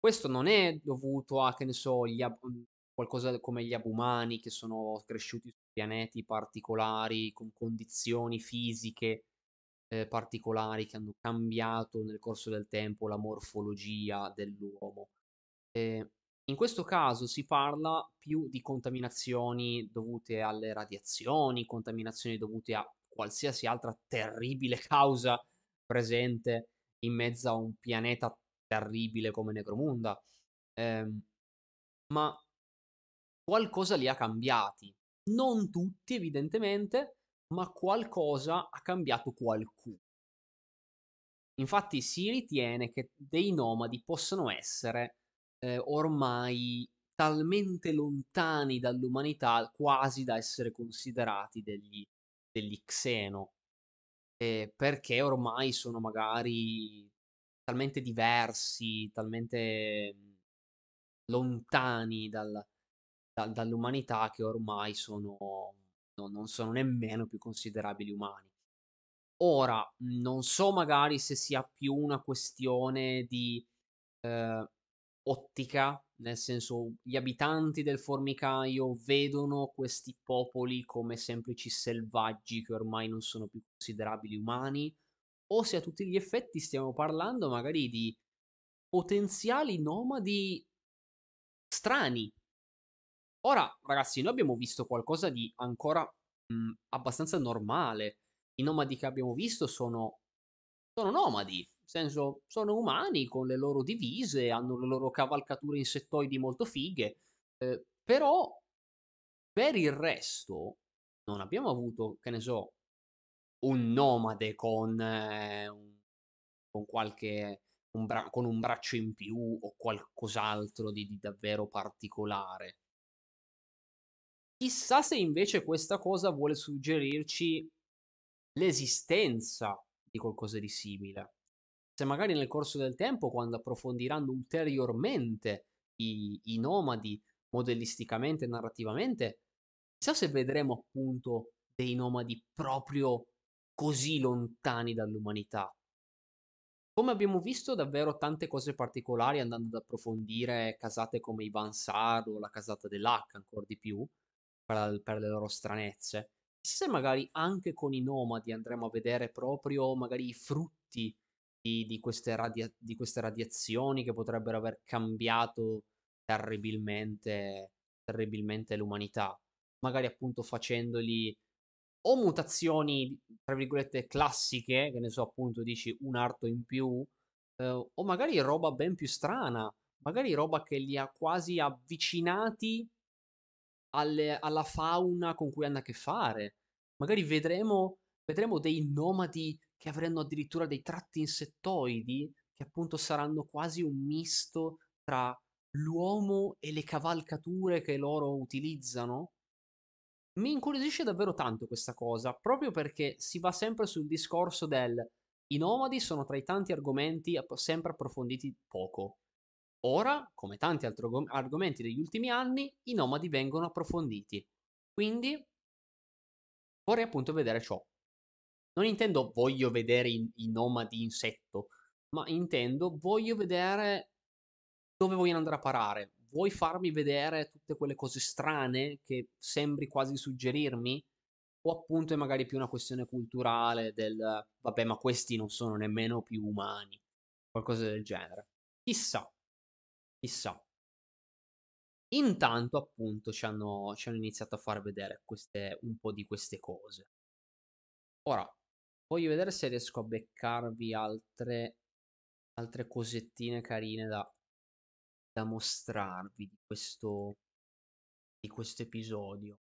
Questo non è dovuto a, che ne so, qualcosa come gli abumani che sono cresciuti su pianeti particolari, con condizioni fisiche, particolari che hanno cambiato nel corso del tempo la morfologia dell'uomo. Ehm, In questo caso si parla più di contaminazioni dovute alle radiazioni, contaminazioni dovute a qualsiasi altra terribile causa presente in mezzo a un pianeta terribile come Necromunda. Ehm, ma qualcosa li ha cambiati. Non tutti evidentemente, ma qualcosa ha cambiato qualcuno. Infatti si ritiene che dei nomadi possano essere, ormai talmente lontani dall'umanità quasi da essere considerati degli Xeno, perché ormai sono magari talmente diversi, talmente, lontani dall'umanità che ormai non sono nemmeno più considerabili umani. Ora, non so magari se sia più una questione di, ehm, ottica, nel senso gli abitanti del formicaio vedono questi popoli come semplici selvaggi che ormai non sono più considerabili umani, o se a tutti gli effetti stiamo parlando magari di potenziali nomadi strani. Ora, ragazzi, noi abbiamo visto qualcosa di ancora, abbastanza normale. I nomadi che abbiamo visto sono nomadi, nel senso sono umani con le loro divise, hanno le loro cavalcature insettoidi molto fighe, però per il resto non abbiamo avuto, che ne so, un nomade con qualche con un braccio in più o qualcos'altro di davvero particolare. Chissà se invece questa cosa vuole suggerirci l'esistenza di qualcosa di simile. Se magari nel corso del tempo, quando approfondiranno ulteriormente i nomadi modellisticamente e narrativamente, chissà se vedremo appunto dei nomadi proprio così lontani dall'umanità. Come abbiamo visto davvero tante cose particolari andando ad approfondire casate come i Vansar o la casata dell'Hack ancor di più, per le loro stranezze. Se magari anche con i nomadi andremo a vedere proprio magari i frutti di queste radiazioni che potrebbero aver cambiato terribilmente l'umanità. Magari appunto facendoli o mutazioni, tra virgolette, classiche, che ne so, appunto, dici un arto in più, o magari roba ben più strana, magari roba che li ha quasi avvicinati alla fauna con cui hanno a che fare. Magari vedremo dei nomadi che avranno addirittura dei tratti insettoidi, che appunto saranno quasi un misto tra l'uomo e le cavalcature che loro utilizzano. Mi incuriosisce davvero tanto questa cosa, proprio perché si va sempre sul discorso i nomadi sono tra i tanti argomenti sempre approfonditi poco. Ora, come tanti altri argomenti degli ultimi anni, i nomadi vengono approfonditi. Quindi vorrei appunto vedere ciò. Non intendo voglio vedere i nomadi insetto, ma intendo voglio vedere dove vogliono andare a parare. Vuoi farmi vedere tutte quelle cose strane che sembri quasi suggerirmi? O appunto è magari più una questione culturale vabbè, ma questi non sono nemmeno più umani, qualcosa del genere. Chissà, chissà. Intanto appunto ci hanno iniziato a far vedere un po' di queste cose. Ora, voglio vedere se riesco a beccarvi altre cosettine carine da mostrarvi di questo episodio.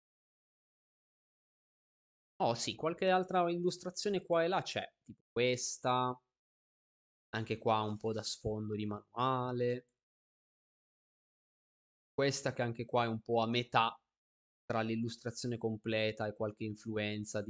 Oh sì, qualche altra illustrazione qua e là c'è, tipo questa, anche qua un po' da sfondo di manuale, questa che anche qua è un po' a metà tra l'illustrazione completa e qualche influenza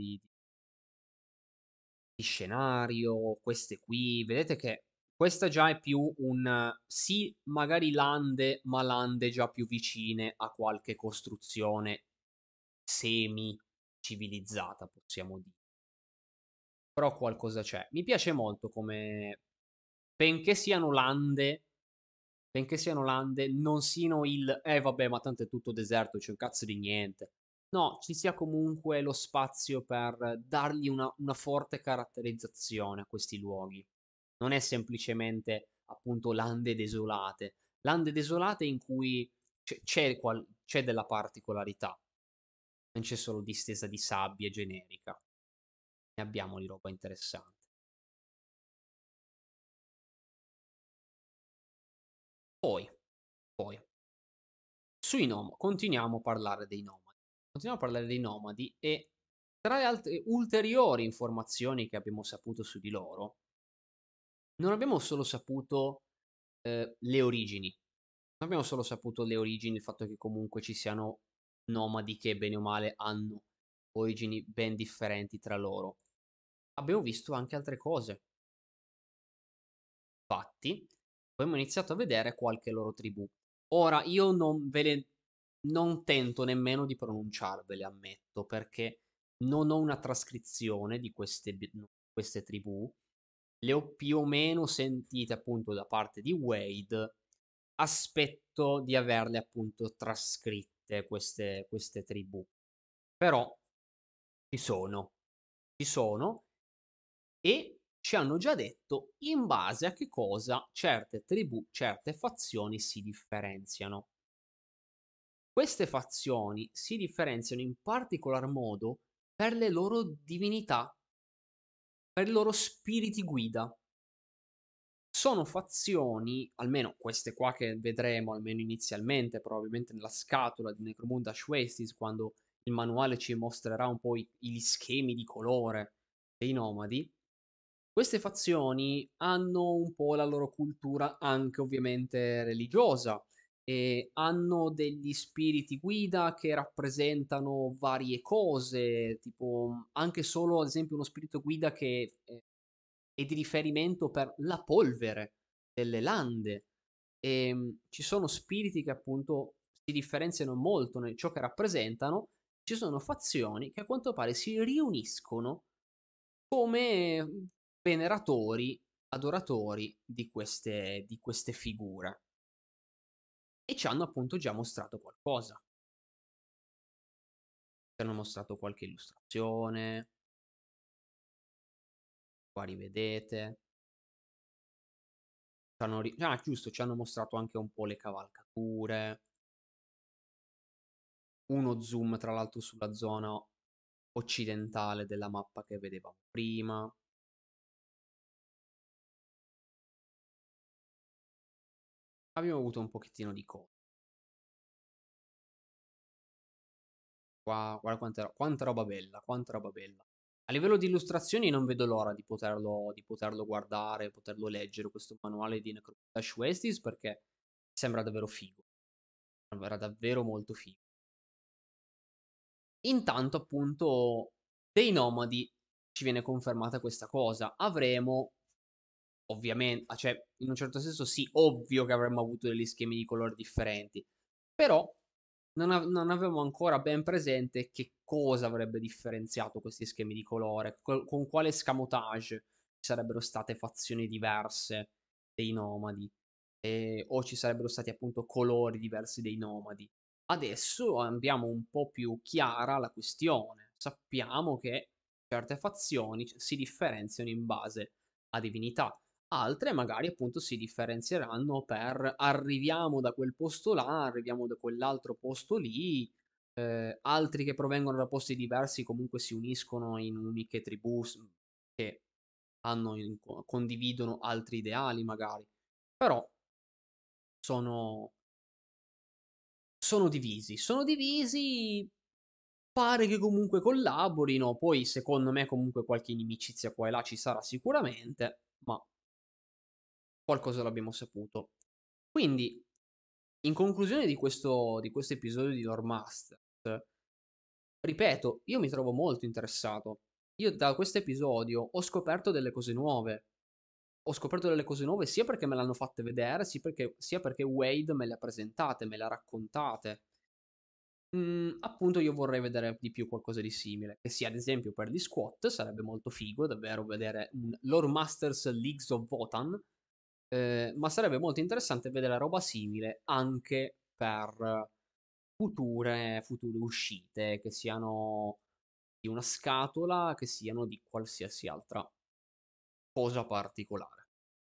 di scenario, queste qui, vedete che questa già è più sì, magari lande, ma lande già più vicine a qualche costruzione semi civilizzata, possiamo dire. Però qualcosa c'è. Mi piace molto come benché siano lande, benché siano lande, non siano vabbè, ma tanto è tutto deserto, c'è un cazzo di niente. No, ci sia comunque lo spazio per dargli una forte caratterizzazione a questi luoghi. Non è semplicemente, appunto, lande desolate in cui c'è della particolarità, non c'è solo distesa di sabbia generica, ne abbiamo di roba interessante. Poi, poi, continuiamo a parlare dei nomadi. Continuiamo a parlare dei nomadi e tra le altre ulteriori informazioni che abbiamo saputo su di loro, non abbiamo solo saputo le origini, non abbiamo solo saputo le origini, il fatto che comunque ci siano nomadi che bene o male hanno origini ben differenti tra loro. Abbiamo visto anche altre cose. Infatti, abbiamo iniziato a vedere qualche loro tribù. Ora, io non tento nemmeno di pronunciarvele, ammetto, perché non ho una trascrizione di queste tribù. Le ho più o meno sentite appunto da parte di Wade. Aspetto di averle appunto trascritte queste tribù. Però ci sono e ci hanno già detto in base a che cosa certe tribù, certe fazioni si differenziano. Queste fazioni si differenziano in particolar modo per le loro divinità, per i loro spiriti guida. Sono fazioni, almeno queste qua che vedremo, almeno inizialmente, probabilmente nella scatola di Necromunda Shwestis, quando il manuale ci mostrerà un po' gli schemi di colore dei nomadi. Queste fazioni hanno un po' la loro cultura anche ovviamente religiosa e hanno degli spiriti guida che rappresentano varie cose, tipo anche solo ad esempio uno spirito guida che è di riferimento per la polvere delle lande. Ci sono spiriti che appunto si differenziano molto nel ciò che rappresentano. Ci sono fazioni che a quanto pare si riuniscono come veneratori, adoratori di queste figure. E ci hanno appunto già mostrato qualcosa. Ci hanno mostrato qualche illustrazione, qua rivedete. Giusto, ci hanno mostrato anche un po' le cavalcature. Uno zoom tra l'altro sulla zona occidentale della mappa che vedevamo prima. Abbiamo avuto un pochettino di cose. Qua, guarda quanta roba bella, quanta roba bella. A livello di illustrazioni non vedo l'ora di poterlo guardare, poterlo leggere, questo manuale di Necrodash Westis, perché sembra davvero figo. Sembra davvero molto figo. Intanto, appunto, dei nomadi ci viene confermata questa cosa. Avremo, ovviamente, cioè, in un certo senso sì, ovvio che avremmo avuto degli schemi di colore differenti, però non avevamo ancora ben presente che cosa avrebbe differenziato questi schemi di colore, con quale escamotage ci sarebbero state fazioni diverse dei nomadi, o ci sarebbero stati appunto colori diversi dei nomadi. Adesso abbiamo un po' più chiara la questione. Sappiamo che certe fazioni si differenziano in base a divinità, altre magari appunto si differenzieranno per arriviamo da quel posto là, arriviamo da quell'altro posto lì, altri che provengono da posti diversi comunque si uniscono in uniche tribù che condividono altri ideali magari, però sono, sono divisi, pare che comunque collaborino, poi secondo me comunque qualche inimicizia qua e là ci sarà sicuramente, ma qualcosa l'abbiamo saputo. Quindi, in conclusione di questo episodio di Lore Masters, ripeto, io mi trovo molto interessato. Io da questo episodio ho scoperto delle cose nuove. Ho scoperto delle cose nuove sia perché me l'hanno fatte vedere, sia perché Wade me le ha presentate, me le ha raccontate. Appunto, io vorrei vedere di più qualcosa di simile. Che sia ad esempio per gli squat, sarebbe molto figo davvero vedere un Lore Masters Leagues of Votan, ma sarebbe molto interessante vedere roba simile anche per future uscite, che siano di una scatola, che siano di qualsiasi altra cosa particolare.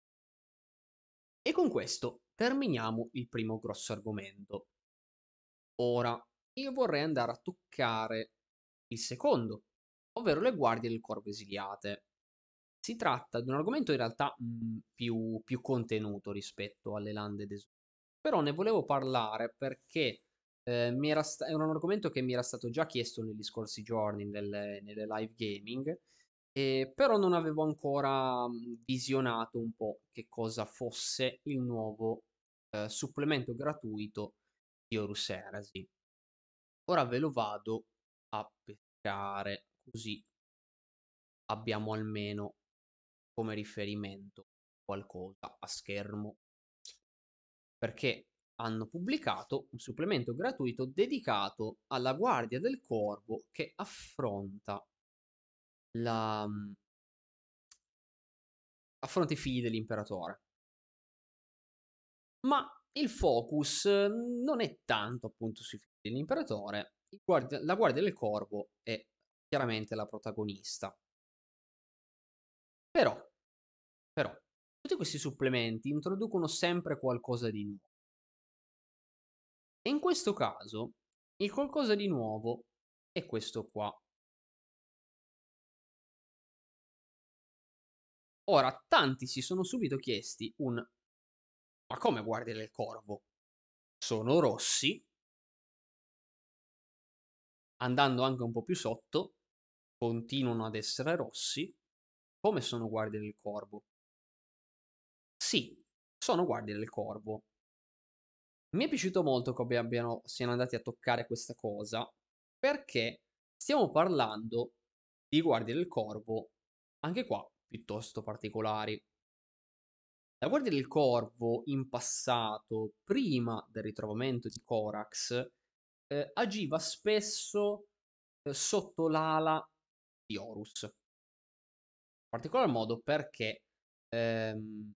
E con questo terminiamo il primo grosso argomento. Ora, io vorrei andare a toccare il secondo, ovvero le guardie del corvo esiliate. Si tratta di un argomento in realtà più contenuto rispetto alle lande d'Esodo, però ne volevo parlare perché è un argomento che mi era stato già chiesto negli scorsi giorni nelle live gaming, però non avevo ancora visionato un po' che cosa fosse il nuovo supplemento gratuito di Horus Heresy. Ora ve lo vado a pescare, così abbiamo almeno come riferimento qualcosa a schermo, perché hanno pubblicato un supplemento gratuito dedicato alla Guardia del Corvo che la, affronta i figli dell'imperatore. Ma il focus non è tanto appunto sui figli dell'imperatore, la Guardia del Corvo è chiaramente la protagonista. Però, però, tutti questi supplementi introducono sempre qualcosa di nuovo. E in questo caso, il qualcosa di nuovo è questo qua. Ora, tanti si sono subito chiesti ma come guardi del corvo? Sono rossi, andando anche un po' più sotto, continuano ad essere rossi. Come sono guardie del corvo? Sì, sono guardie del corvo. Mi è piaciuto molto come siano andati a toccare questa cosa, perché stiamo parlando di guardie del corvo, anche qua, piuttosto particolari. La Guardia del Corvo in passato, prima del ritrovamento di Corax, agiva spesso sotto l'ala di Horus. In particolar modo ehm,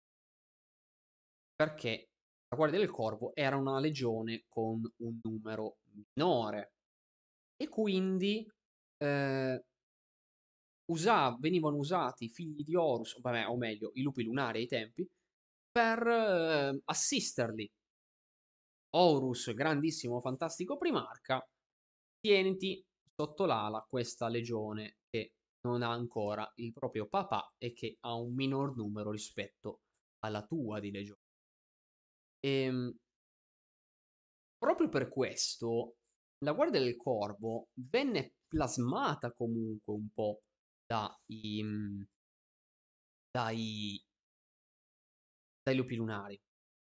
perché la Guardia del Corvo era una legione con un numero minore e quindi eh, venivano usati i figli di Horus, vabbè, o meglio, i lupi lunari ai tempi, per assisterli. Horus, grandissimo, fantastico primarca, tieniti sotto l'ala questa legione che non ha ancora il proprio papà e che ha un minor numero rispetto alla tua di legione. Ehm, Proprio per questo la Guardia del Corvo venne plasmata comunque un po' dai, mhmm, dai, dai lupi lunari.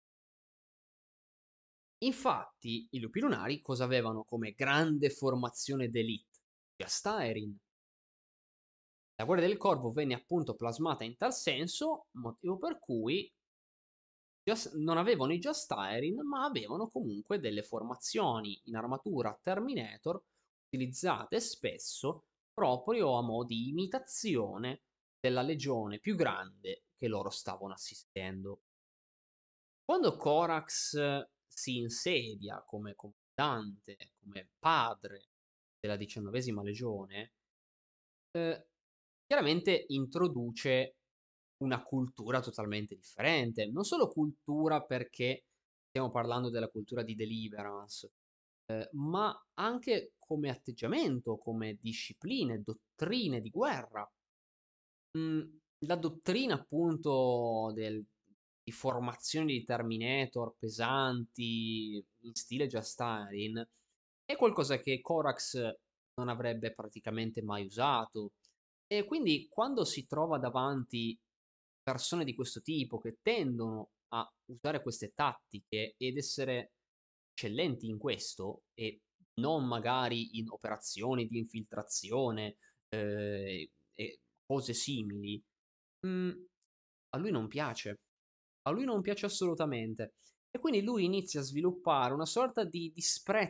Infatti, i lupi lunari cosa avevano come grande formazione d'élite? Jastaerin. La Guardia del Corvo venne appunto plasmata in tal senso, motivo per cui non avevano i Jastaerin, ma avevano comunque delle formazioni in armatura Terminator utilizzate spesso proprio a mo' di imitazione della legione più grande che loro stavano assistendo. Quando Corax si insedia come comandante, come padre della 19ª legione, chiaramente introduce una cultura totalmente differente. Non solo cultura perché stiamo parlando della cultura di Deliverance, ma anche come atteggiamento, come discipline, dottrine di guerra. La dottrina appunto di formazioni di Terminator pesanti in stile Jastarin è qualcosa che Corax non avrebbe praticamente mai usato. E quindi quando si trova davanti persone di questo tipo che tendono a usare queste tattiche ed essere eccellenti in questo e non magari in operazioni di infiltrazione e cose simili, a lui non piace. A lui non piace assolutamente. E quindi lui inizia a sviluppare una sorta di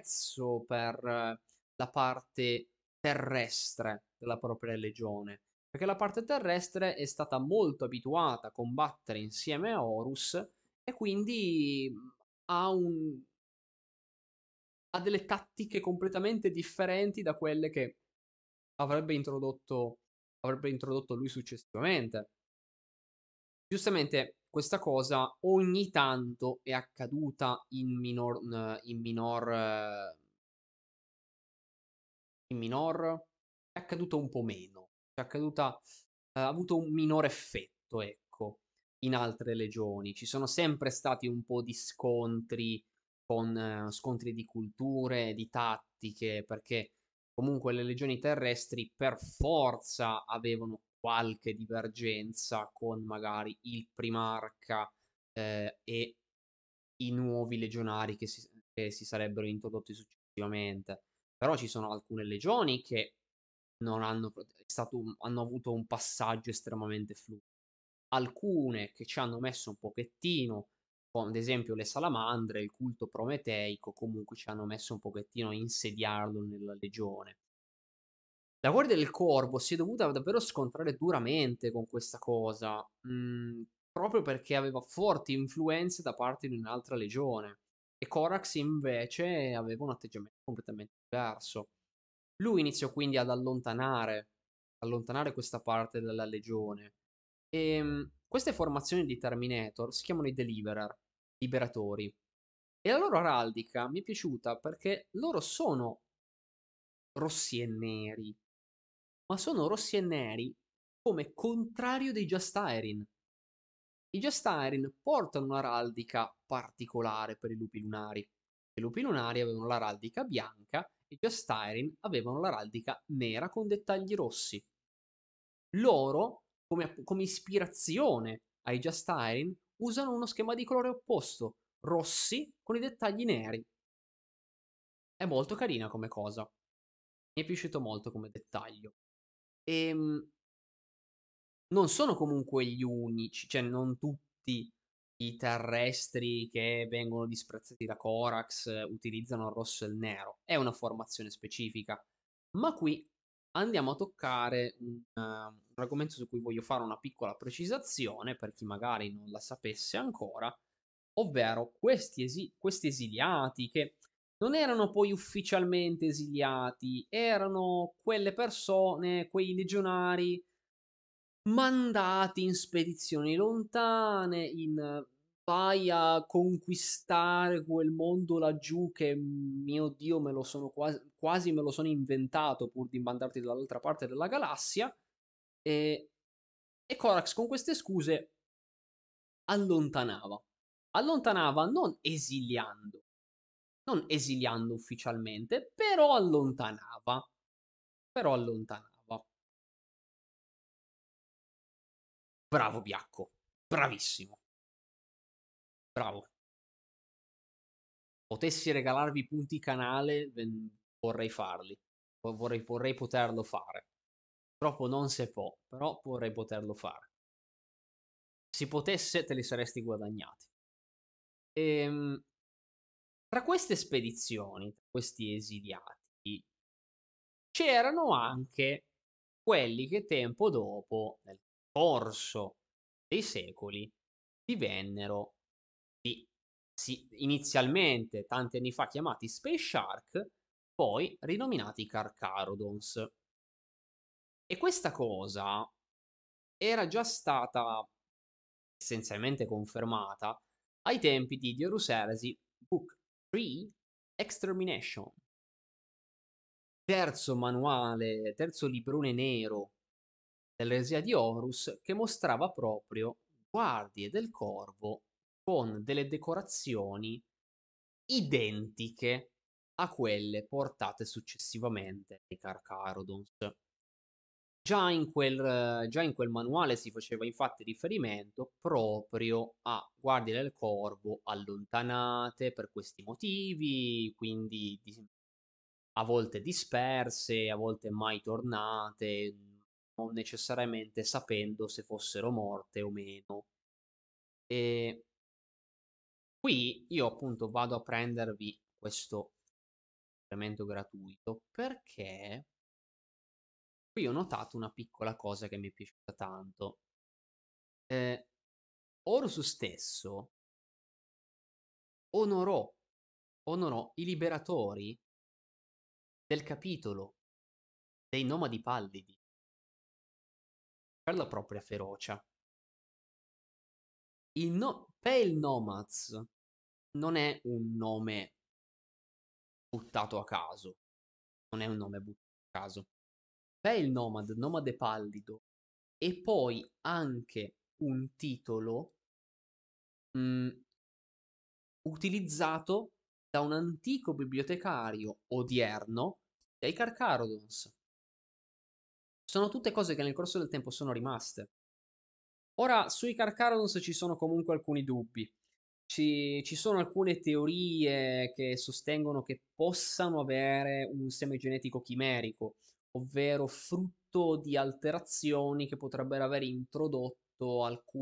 disprezzo per la parte terrestre della propria legione. perché la parte terrestre è stata molto abituata a combattere insieme a Horus e quindi ha delle tattiche completamente differenti da quelle che avrebbe introdotto, avrebbe introdotto lui successivamente. Giustamente questa cosa ogni tanto è accaduta in minor, è accaduta un po' meno, è accaduta, ha avuto un minore effetto, ecco, in altre legioni. Ci sono sempre stati un po' di scontri con scontri di culture, di tattiche, perché comunque le legioni terrestri per forza avevano qualche divergenza con magari il primarca e i nuovi legionari che si sarebbero introdotti successivamente. Però ci sono alcune legioni che non hanno, hanno avuto un passaggio estremamente fluido. Alcune che ci hanno messo un pochettino, come ad esempio le salamandre, il culto prometeico, comunque ci hanno messo un pochettino a insediarlo nella legione. La Guardia del Corvo si è dovuta davvero scontrare duramente con questa cosa, proprio perché aveva forti influenze da parte di un'altra legione. E Corax invece aveva un atteggiamento completamente diverso. Lui iniziò quindi ad allontanare questa parte della legione. Queste formazioni di Terminator si chiamano i Deliverer, liberatori. E la loro araldica mi è piaciuta perché loro sono rossi e neri, ma sono rossi e neri come contrario dei Justirin. I Justirin portano un'araldica particolare per i lupi lunari. I lupi lunari avevano l'araldica bianca e i Justirin avevano l'araldica nera con dettagli rossi. Loro, come ispirazione ai Justirin, usano uno schema di colore opposto, rossi con i dettagli neri. È molto carina come cosa. Mi è piaciuto molto come dettaglio. Ehm, Non sono comunque gli unici, cioè non tutti i terrestri che vengono disprezzati da Corax utilizzano il rosso e il nero. È una formazione specifica. Ma qui andiamo a toccare un argomento su cui voglio fare una piccola precisazione per chi magari non la sapesse ancora, ovvero questi esiliati che non erano poi ufficialmente esiliati, erano quelle persone, quei legionari mandati in spedizioni lontane, in vai a conquistare quel mondo laggiù che, mio Dio, me lo sono quasi me lo sono inventato pur di mandarti dall'altra parte della galassia. E, e Corax con queste scuse allontanava. Allontanava non esiliando ufficialmente, però allontanava. Però allontanava. Bravo Biacco, bravissimo, bravo. Potessi regalarvi punti canale, vorrei farli. Vorrei poterlo fare. Purtroppo non si può, però vorrei poterlo fare. Se potesse, te li saresti guadagnati. Ehm, Tra queste spedizioni, tra questi esiliati, c'erano anche quelli che tempo dopo, nel corso dei secoli, divennero, sì, sì, inizialmente tanti anni fa chiamati Space Shark, poi rinominati Carcharodons. E questa cosa era già stata essenzialmente confermata ai tempi di Horus Heresy Book 3 Extermination, terzo manuale, terzo librone nero dell'eresia di Horus che mostrava proprio guardie del corvo con delle decorazioni identiche a quelle portate successivamente ai Carcharodons. Già in quel manuale si faceva infatti riferimento proprio a guardie del corvo allontanate per questi motivi, quindi a volte disperse, a volte mai tornate, non necessariamente sapendo se fossero morte o meno. E qui io appunto vado a prendervi questo elemento gratuito perché Qui ho notato una piccola cosa che mi è piaciuta tanto. Ehm, Horus stesso onorò onorò i liberatori del capitolo dei Nomadi Pallidi per la propria ferocia. Pale Nomads non è un nome buttato a caso, non è un nome buttato a caso. Pale Nomad, Nomade Pallido, e poi anche un titolo mh, utilizzato da un antico bibliotecario odierno dei Carcharodons. Sono tutte cose che nel corso del tempo sono rimaste. Ora, sui Carcharodons ci sono comunque alcuni dubbi. Ci sono alcune teorie che sostengono che possano avere un seme genetico chimerico, ovvero frutto di alterazioni che potrebbero aver introdotto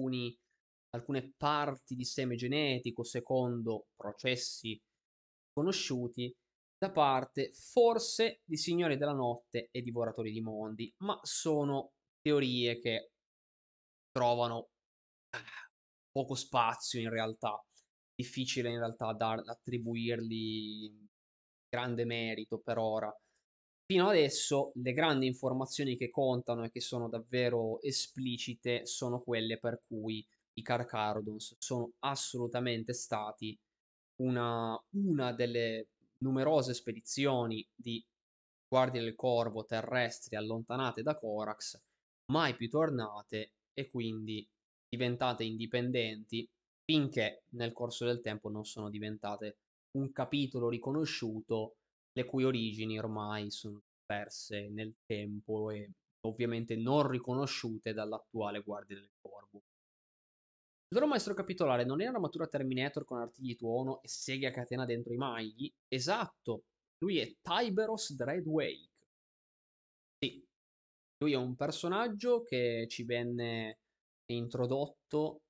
alcune parti di seme genetico secondo processi conosciuti da parte forse di Signori della Notte e Divoratori di Mondi, ma sono teorie che trovano poco spazio in realtà. Difficile in realtà attribuirgli grande merito per ora. Fino adesso le grandi informazioni che contano e che sono davvero esplicite sono quelle per cui i Carcharodons sono assolutamente stati una delle numerose spedizioni di guardie del corvo terrestri allontanate da Corax, mai più tornate e quindi diventate indipendenti finché nel corso del tempo non sono diventate un capitolo riconosciuto, le cui origini ormai sono perse nel tempo e ovviamente non riconosciute dall'attuale Guardia del Corvo. Il loro maestro capitolare non era un'armatura Terminator con artigli tuono e seghe a catena dentro i magli? Esatto, lui è Tyberos Dreadwake. Sì, lui è un personaggio che ci venne introdotto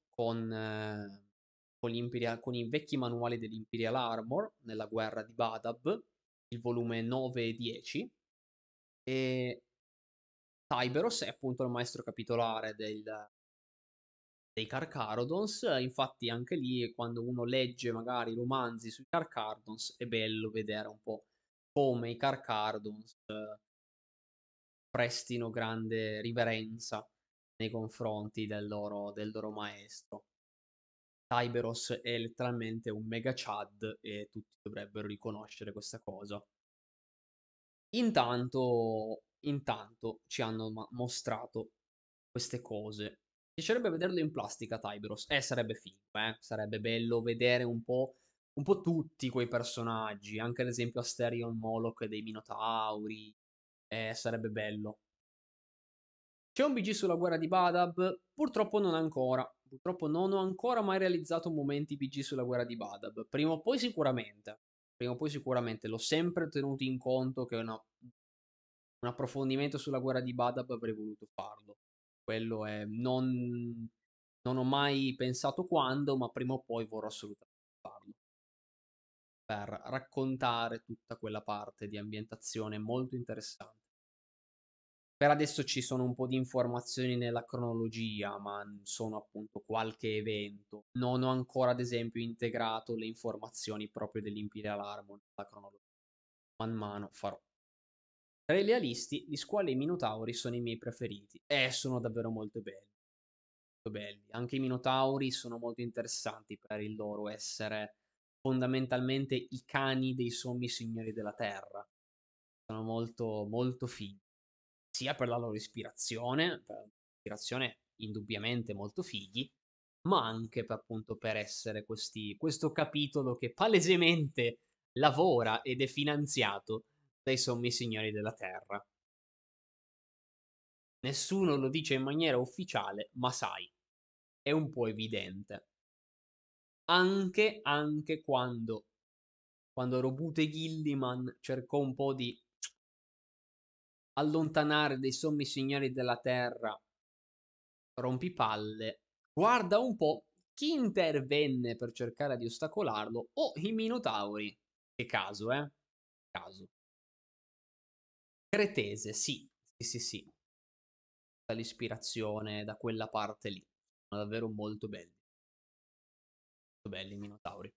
con i vecchi manuali dell'Imperial Armor nella guerra di Badab, il volume 9 e 10, e Tyberos è appunto il maestro capitolare dei Carcharodons. Infatti anche lì quando uno legge magari romanzi sui Carcharodons è bello vedere un po' come i Carcharodons prestino grande riverenza nei confronti del loro maestro. Tyberos è letteralmente un mega Chad e tutti dovrebbero riconoscere questa cosa. Intanto ci hanno mostrato queste cose. Mi piacerebbe vederlo in plastica, Tyberos. Sarebbe figo, eh. Sarebbe bello vedere un po' tutti quei personaggi. Anche ad esempio Asterion Moloch dei Minotauri. Sarebbe bello. C'è un BG sulla guerra di Badab? Purtroppo non ancora. Purtroppo non ho ancora mai realizzato momenti BG sulla guerra di Badab. Prima o poi sicuramente. Prima o poi sicuramente. L'ho sempre tenuto in conto che un approfondimento sulla guerra di Badab avrei voluto farlo. Quello è. Non ho mai pensato quando, ma prima o poi vorrò assolutamente farlo. Per raccontare tutta quella parte di ambientazione molto interessante. Per adesso ci sono un po' di informazioni nella cronologia, ma sono appunto qualche evento. Non ho ancora, ad esempio, integrato le informazioni proprio dell'Imperial Armor nella cronologia. Man mano farò. Tra i lealisti, gli squali e i minotauri sono i miei preferiti. Sono davvero molto belli. Molto belli. Anche i minotauri sono molto interessanti per il loro essere fondamentalmente i cani dei sommi signori della terra. Sono molto, molto fighi. Sia per la loro ispirazione indubbiamente molto fighi, ma anche per, appunto per essere questo capitolo che palesemente lavora ed è finanziato dai sommi signori della terra. Nessuno lo dice in maniera ufficiale, ma sai, è un po' evidente. Anche quando Robute Gilliman cercò un po' di allontanare dei sommi signori della terra rompipalle, guarda un po' chi intervenne per cercare di ostacolarlo. I Minotauri. Che caso, eh? Caso. Cretese, sì. Sì, sì, sì. dall'ispirazione da quella parte lì. Sono davvero molto belli i Minotauri.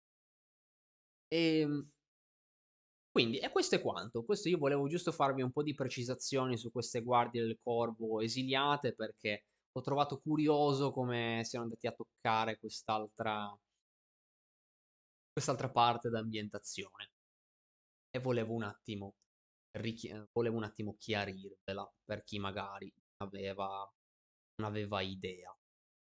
Ehm, quindi, e questo è quanto. Questo io volevo giusto farvi un po' di precisazioni su queste guardie del corvo esiliate perché ho trovato curioso come siano andati a toccare quest'altra parte d'ambientazione. E volevo un attimo chiarirvela per chi magari non aveva idea.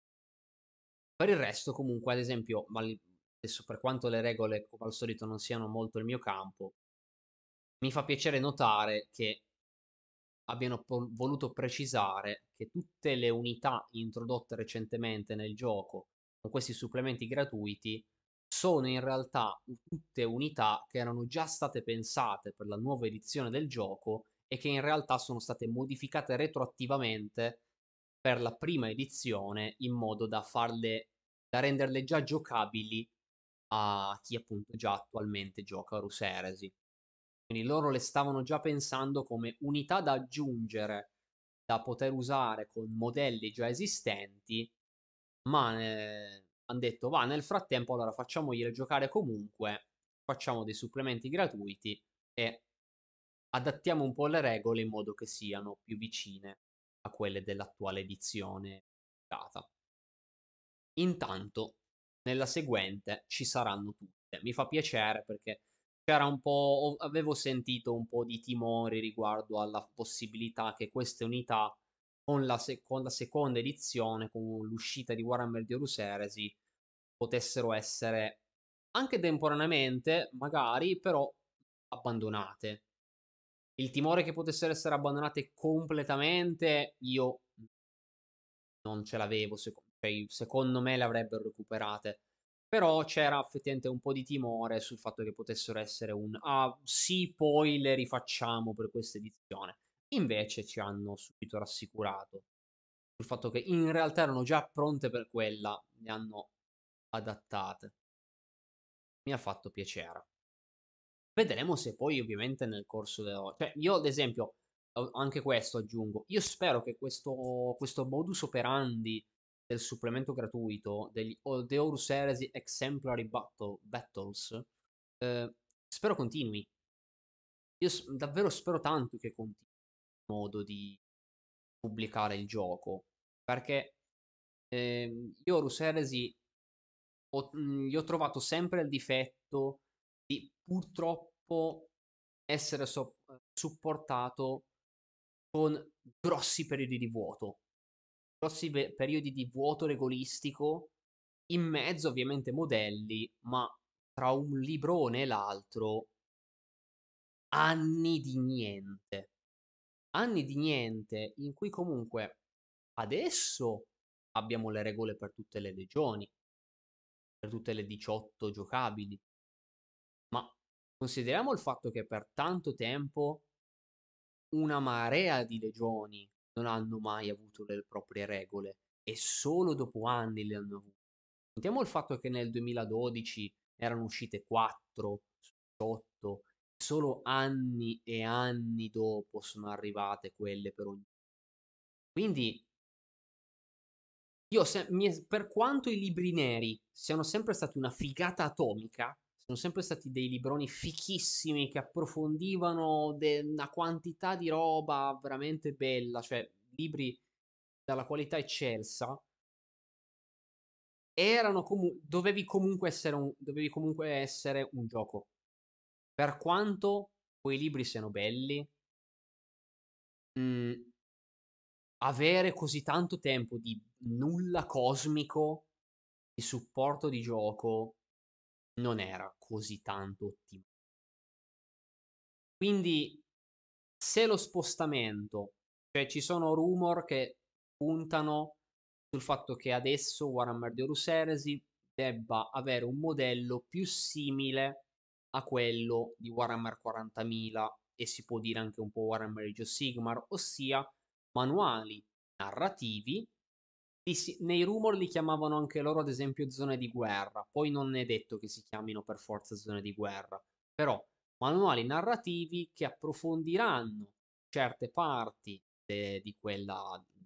Per il resto, comunque, ad esempio, adesso per quanto le regole, come al solito, non siano molto il mio campo, mi fa piacere notare che abbiano voluto precisare che tutte le unità introdotte recentemente nel gioco con questi supplementi gratuiti sono in realtà tutte unità che erano già state pensate per la nuova edizione del gioco e che in realtà sono state modificate retroattivamente per la prima edizione in modo da renderle già giocabili a chi appunto già attualmente gioca a Rus Heresy. Quindi loro le stavano già pensando come unità da aggiungere, da poter usare con modelli già esistenti, ma hanno detto, va, nel frattempo allora facciamogliele giocare comunque, facciamo dei supplementi gratuiti e adattiamo un po' le regole in modo che siano più vicine a quelle dell'attuale edizione data. Intanto, nella seguente ci saranno tutte. Mi fa piacere perché c'era un po', avevo sentito un po' di timori riguardo alla possibilità che queste unità, con la seconda edizione, con l'uscita di Warhammer di Horus Heresy, potessero essere anche temporaneamente, magari, però abbandonate. Il timore che potessero essere abbandonate completamente, io non ce l'avevo, cioè, secondo me le avrebbero recuperate. Però c'era effettivamente un po' di timore sul fatto che potessero essere ah, sì, poi le rifacciamo per questa edizione. Invece ci hanno subito rassicurato sul fatto che in realtà erano già pronte per quella, le hanno adattate. Mi ha fatto piacere. Vedremo se poi ovviamente nel corso cioè io ad esempio, anche questo aggiungo, io spero che questo modus operandi del supplemento gratuito degli The Horus Heresy Exemplary Battles, spero continui. Io davvero spero tanto che continui il modo di pubblicare il gioco, perché io Horus Heresy gli ho trovato sempre il difetto di purtroppo essere supportato con grossi periodi di vuoto, periodi di vuoto regolistico, in mezzo ovviamente modelli, ma tra un librone e l'altro anni di niente. Anni di niente in cui comunque adesso abbiamo le regole per tutte le legioni, per tutte le 18 giocabili. Ma consideriamo il fatto che per tanto tempo una marea di legioni non hanno mai avuto le proprie regole e solo dopo anni le hanno avute. Contiamo il fatto che nel 2012 erano uscite 4 su 8, solo anni e anni dopo sono arrivate quelle per ogni. Quindi per quanto i libri neri siano sempre stati una figata atomica, sono sempre stati dei libroni fichissimi che approfondivano una quantità di roba veramente bella, cioè libri dalla qualità eccelsa, dovevi comunque essere un gioco. Per quanto quei libri siano belli, mh, avere così tanto tempo di nulla cosmico di supporto di gioco non era così tanto ottimo. Quindi, se lo spostamento, cioè ci sono rumor che puntano sul fatto che adesso Warhammer The Horus Heresy debba avere un modello più simile a quello di Warhammer 40.000 e si può dire anche un po' Warhammer Age of Sigmar, ossia manuali narrativi. Nei rumor li chiamavano anche loro, ad esempio, zone di guerra. Poi non è detto che si chiamino per forza zone di guerra. Però manuali narrativi che approfondiranno certe parti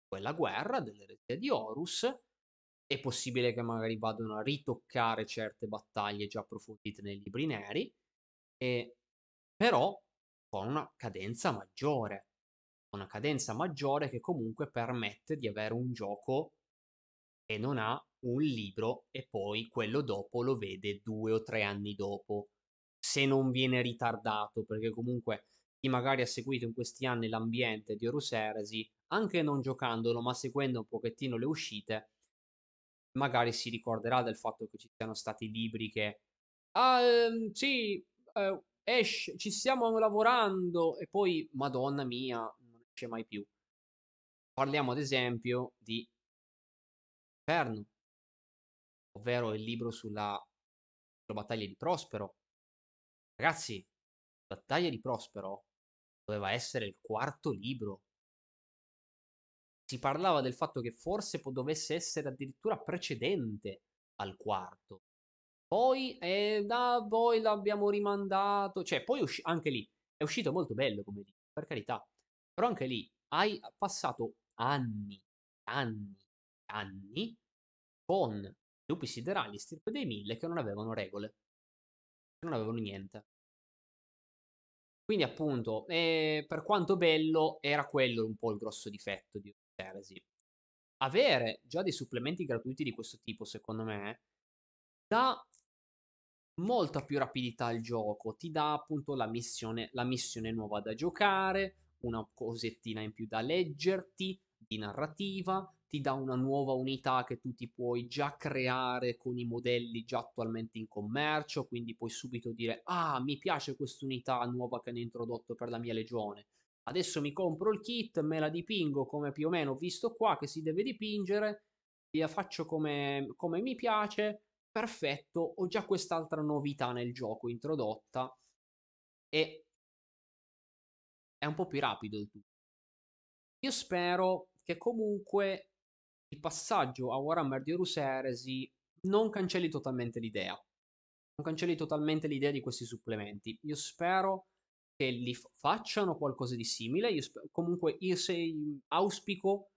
quella guerra, dell'eresia di Horus. È possibile che magari vadano a ritoccare certe battaglie già approfondite nei libri neri, e però con una cadenza maggiore che comunque permette di avere un gioco che non ha un libro e poi quello dopo lo vede 2 o 3 anni dopo, se non viene ritardato, perché comunque chi magari ha seguito in questi anni l'ambiente di Horus Heresy, anche non giocandolo, ma seguendo un pochettino le uscite, magari si ricorderà del fatto che ci siano stati libri che sì, esce, ci stiamo lavorando e poi, Madonna mia, non esce mai più. Parliamo ad esempio di Inferno, ovvero il libro sulla battaglia di Prospero. Ragazzi, Battaglia di Prospero doveva essere il quarto libro. Si parlava del fatto che forse dovesse essere addirittura precedente al quarto. Poi, poi l'abbiamo rimandato. Cioè, poi anche lì è uscito molto bello come libro, per carità. Però anche lì hai passato anni, anni, anni con lupi siderali e stirpe dei mille che non avevano regole, che non avevano niente. Quindi, appunto, per quanto bello, era quello un po' il grosso difetto di Heresy. Avere già dei supplementi gratuiti di questo tipo, secondo me, dà molta più rapidità al gioco, ti dà appunto la missione nuova da giocare, una cosettina in più da leggerti, di narrativa, ti dà una nuova unità che tu ti puoi già creare con i modelli già attualmente in commercio, quindi puoi subito dire: ah, mi piace quest'unità nuova che hanno introdotto per la mia legione. Adesso mi compro il kit, me la dipingo come più o meno ho visto qua che si deve dipingere, la faccio come mi piace. Perfetto, ho già quest'altra novità nel gioco introdotta e è un po' più rapido il tutto. Io spero che comunque il passaggio a Warhammer di Horus Heresy non cancelli totalmente l'idea. Non cancelli totalmente l'idea di questi supplementi. Io spero che li facciano qualcosa di simile. Comunque io auspico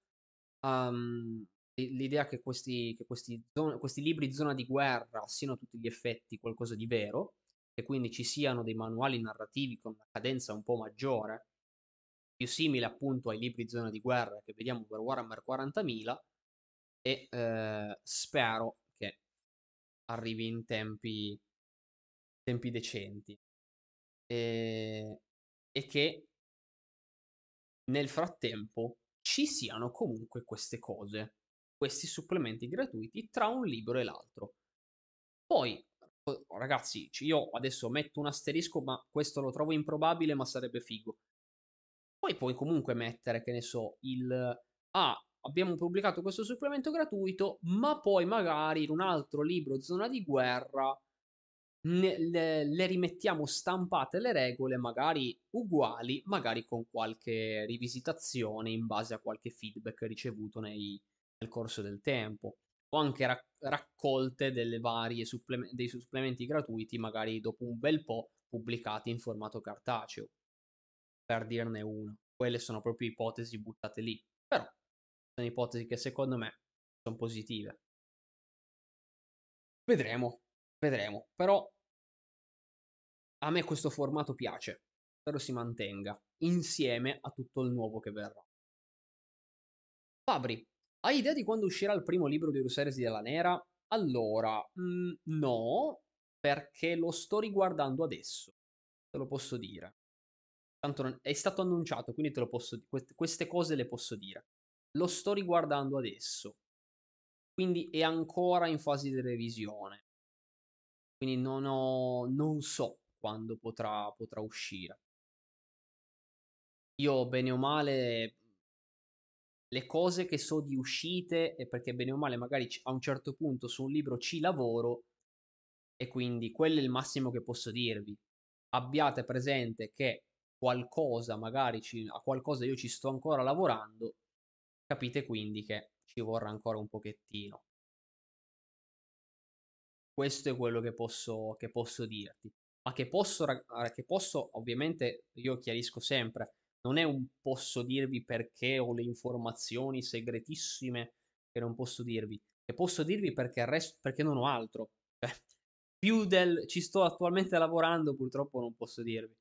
l'idea questi libri zona di guerra siano a tutti gli effetti qualcosa di vero, e quindi ci siano dei manuali narrativi con una cadenza un po' maggiore, più simile appunto ai libri zona di guerra che vediamo per Warhammer 40.000, e spero che arrivi in tempi decenti, e, e che nel frattempo ci siano comunque queste cose, questi supplementi gratuiti tra un libro e l'altro. Poi, ragazzi, io adesso metto un asterisco, ma questo lo trovo improbabile, ma sarebbe figo. Poi puoi comunque mettere, che ne so, abbiamo pubblicato questo supplemento gratuito, ma poi magari in un altro libro zona di guerra le rimettiamo stampate le regole, magari uguali, magari con qualche rivisitazione in base a qualche feedback ricevuto nel corso del tempo. O anche raccolte delle varie dei supplementi gratuiti, magari dopo un bel po' pubblicati in formato cartaceo, per dirne una. Quelle sono proprio ipotesi buttate lì. Però sono ipotesi che secondo me sono positive. Vedremo, vedremo. Però a me questo formato piace, spero si mantenga, insieme a tutto il nuovo che verrà. Fabri, hai idea di quando uscirà il primo libro di Ruseresi della Nera? Allora, no, perché lo sto riguardando adesso, te lo posso dire. Tanto è stato annunciato, quindi te lo posso queste cose le posso dire. Lo sto riguardando adesso, quindi è ancora in fase di revisione. Quindi non so quando potrà uscire. Io bene o male le cose che so di uscite, e perché bene o male magari a un certo punto su un libro ci lavoro, e quindi quello è il massimo che posso dirvi. Abbiate presente che a qualcosa io ci sto ancora lavorando, capite quindi che ci vorrà ancora un pochettino. Questo è quello che posso dirti. Ma che posso ovviamente, io chiarisco sempre, non è un posso dirvi perché ho le informazioni segretissime che non posso dirvi, e posso dirvi perché non ho altro. Cioè, più del ci sto attualmente lavorando, purtroppo non posso dirvi.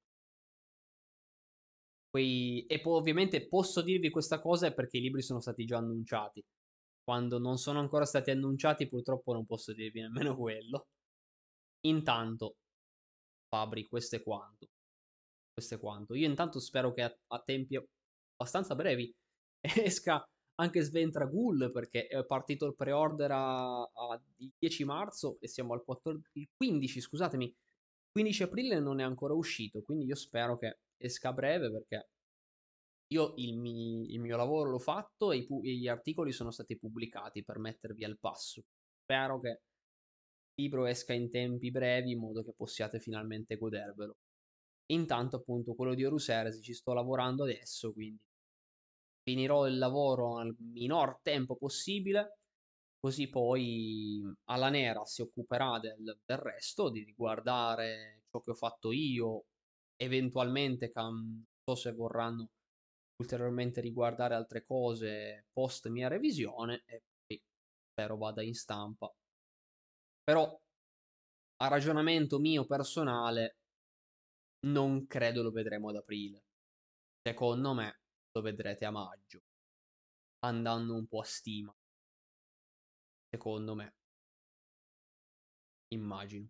Poi ovviamente posso dirvi questa cosa è perché i libri sono stati già annunciati. Quando non sono ancora stati annunciati, purtroppo non posso dirvi nemmeno quello. Intanto, Fabri, questo è quanto. Questo è quanto. Io intanto spero che a tempi abbastanza brevi esca anche Sventra Ghoul, perché è partito il pre-order il 10 marzo e siamo al 14, il 15, scusatemi, 15 aprile non è ancora uscito, quindi io spero che esca a breve perché io il mio lavoro l'ho fatto e gli articoli sono stati pubblicati per mettervi al passo. Spero che il libro esca in tempi brevi in modo che possiate finalmente godervelo. Intanto, appunto, quello di Horus Heresy ci sto lavorando adesso, quindi finirò il lavoro al minor tempo possibile, così poi alla nera si occuperà del resto, di riguardare ciò che ho fatto io, eventualmente non so se vorranno ulteriormente riguardare altre cose post mia revisione e poi spero vada in stampa. Però a ragionamento mio personale non credo lo vedremo ad aprile. Secondo me lo vedrete a maggio, andando un po' a stima, secondo me, immagino.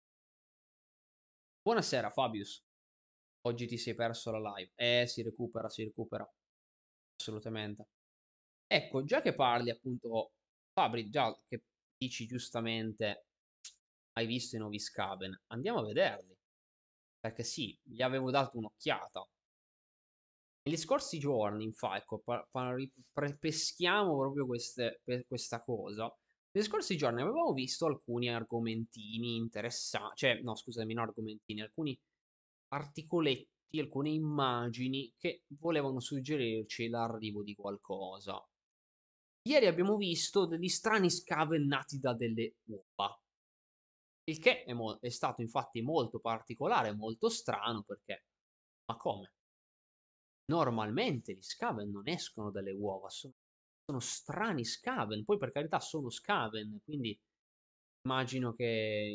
Buonasera Fabius, oggi ti sei perso la live. Si recupera, assolutamente. Ecco, già che parli appunto, Fabri, già che dici giustamente, hai visto i nuovi Skaven, andiamo a vederli, perché sì, gli avevo dato un'occhiata. Negli scorsi giorni, infatti, ecco, peschiamo proprio questa cosa. Negli scorsi giorni avevamo visto alcuni argomentini interessanti, cioè, no, scusami, non argomentini, alcuni articoletti, alcune immagini che volevano suggerirci l'arrivo di qualcosa. Ieri abbiamo visto degli strani scaven nati da delle uova, il che è stato infatti molto particolare, molto strano perché, ma come? Normalmente gli scaven non escono dalle uova, sono strani scaven, poi per carità sono scaven, quindi immagino che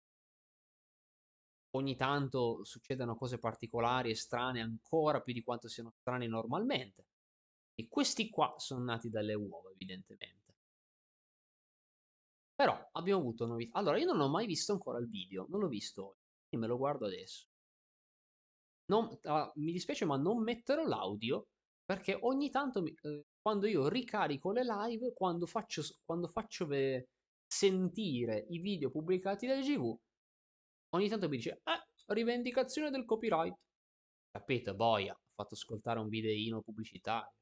ogni tanto succedano cose particolari e strane ancora più di quanto siano strane normalmente. E questi qua sono nati dalle uova, evidentemente. Però abbiamo avuto novità. Allora, io non ho mai visto ancora il video, non l'ho visto oggi, quindi me lo guardo adesso. Mi dispiace, ma non metterò l'audio perché ogni tanto, quando io ricarico le live, sentire i video pubblicati dal GV, ogni tanto mi dice, rivendicazione del copyright. Capito, boia, ho fatto ascoltare un videino pubblicitario.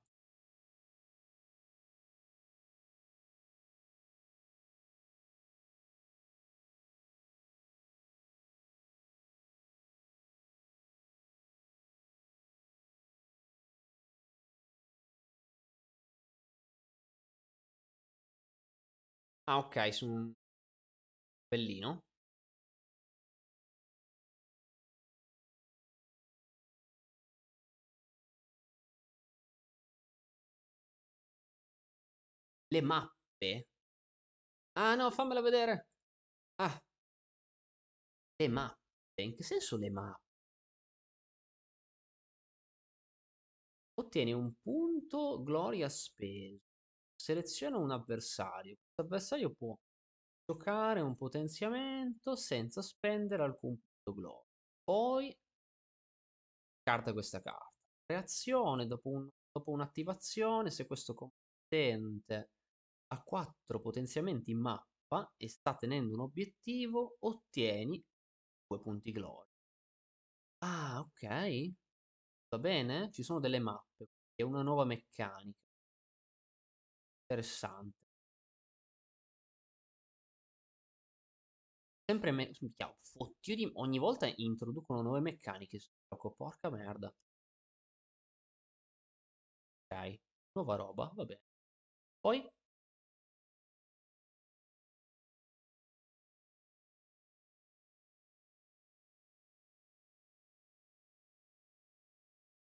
Ah, ok, su un bellino. Le mappe? Ah, no, fammela vedere. Ah, le mappe? In che senso le mappe? Ottieni un punto gloria speso. Seleziona un avversario. Questo avversario può giocare un potenziamento senza spendere alcun punto gloria. Poi carta questa carta. Reazione dopo un'attivazione, se questo combattente ha 4 potenziamenti in mappa e sta tenendo un obiettivo, ottieni 2 punti gloria. Ah, ok. Va bene? Ci sono delle mappe. È una nuova meccanica. Interessante. Sempre minchia, fottio di ogni volta introducono nuove meccaniche sul gioco, porca merda. Ok, nuova roba, va bene. Poi,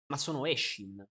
Ma sono Eshin.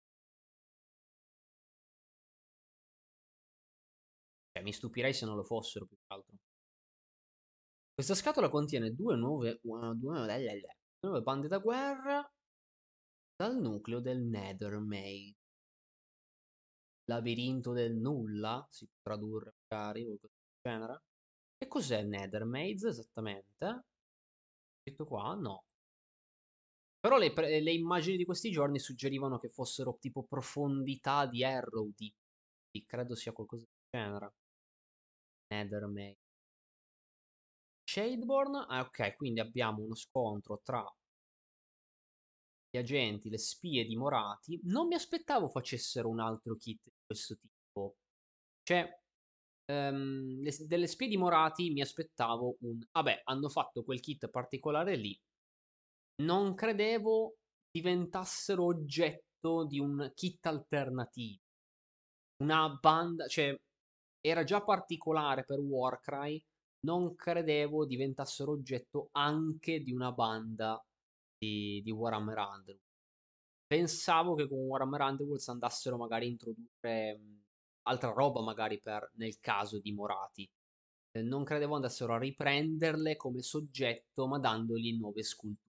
Cioè, mi stupirei se non lo fossero, più che altro. Questa scatola contiene due nuove bande da guerra dal nucleo del Nethermaid. Labirinto del nulla, si può tradurre magari, o qualcosa del genere. E cos'è il Nethermaze esattamente? Scritto qua? No. Però le immagini di questi giorni suggerivano che fossero tipo profondità di Arrow, credo sia qualcosa del genere. Nethermaze. Shadeborn? Ah, ok, quindi abbiamo uno scontro tra gli agenti, le spie dimorati. Non mi aspettavo facessero un altro kit di questo tipo. Cioè, delle spie dimorati mi aspettavo un... Vabbè, hanno fatto quel kit particolare lì. Non credevo diventassero oggetto di un kit alternativo. Una banda, cioè, era già particolare per Warcry. Non credevo diventassero oggetto anche di una banda di Warhammer Underworld. Pensavo che con Warhammer Underworlds andassero magari a introdurre altra roba, magari per nel caso di Morati. Non credevo andassero a riprenderle come soggetto, ma dandogli nuove sculture.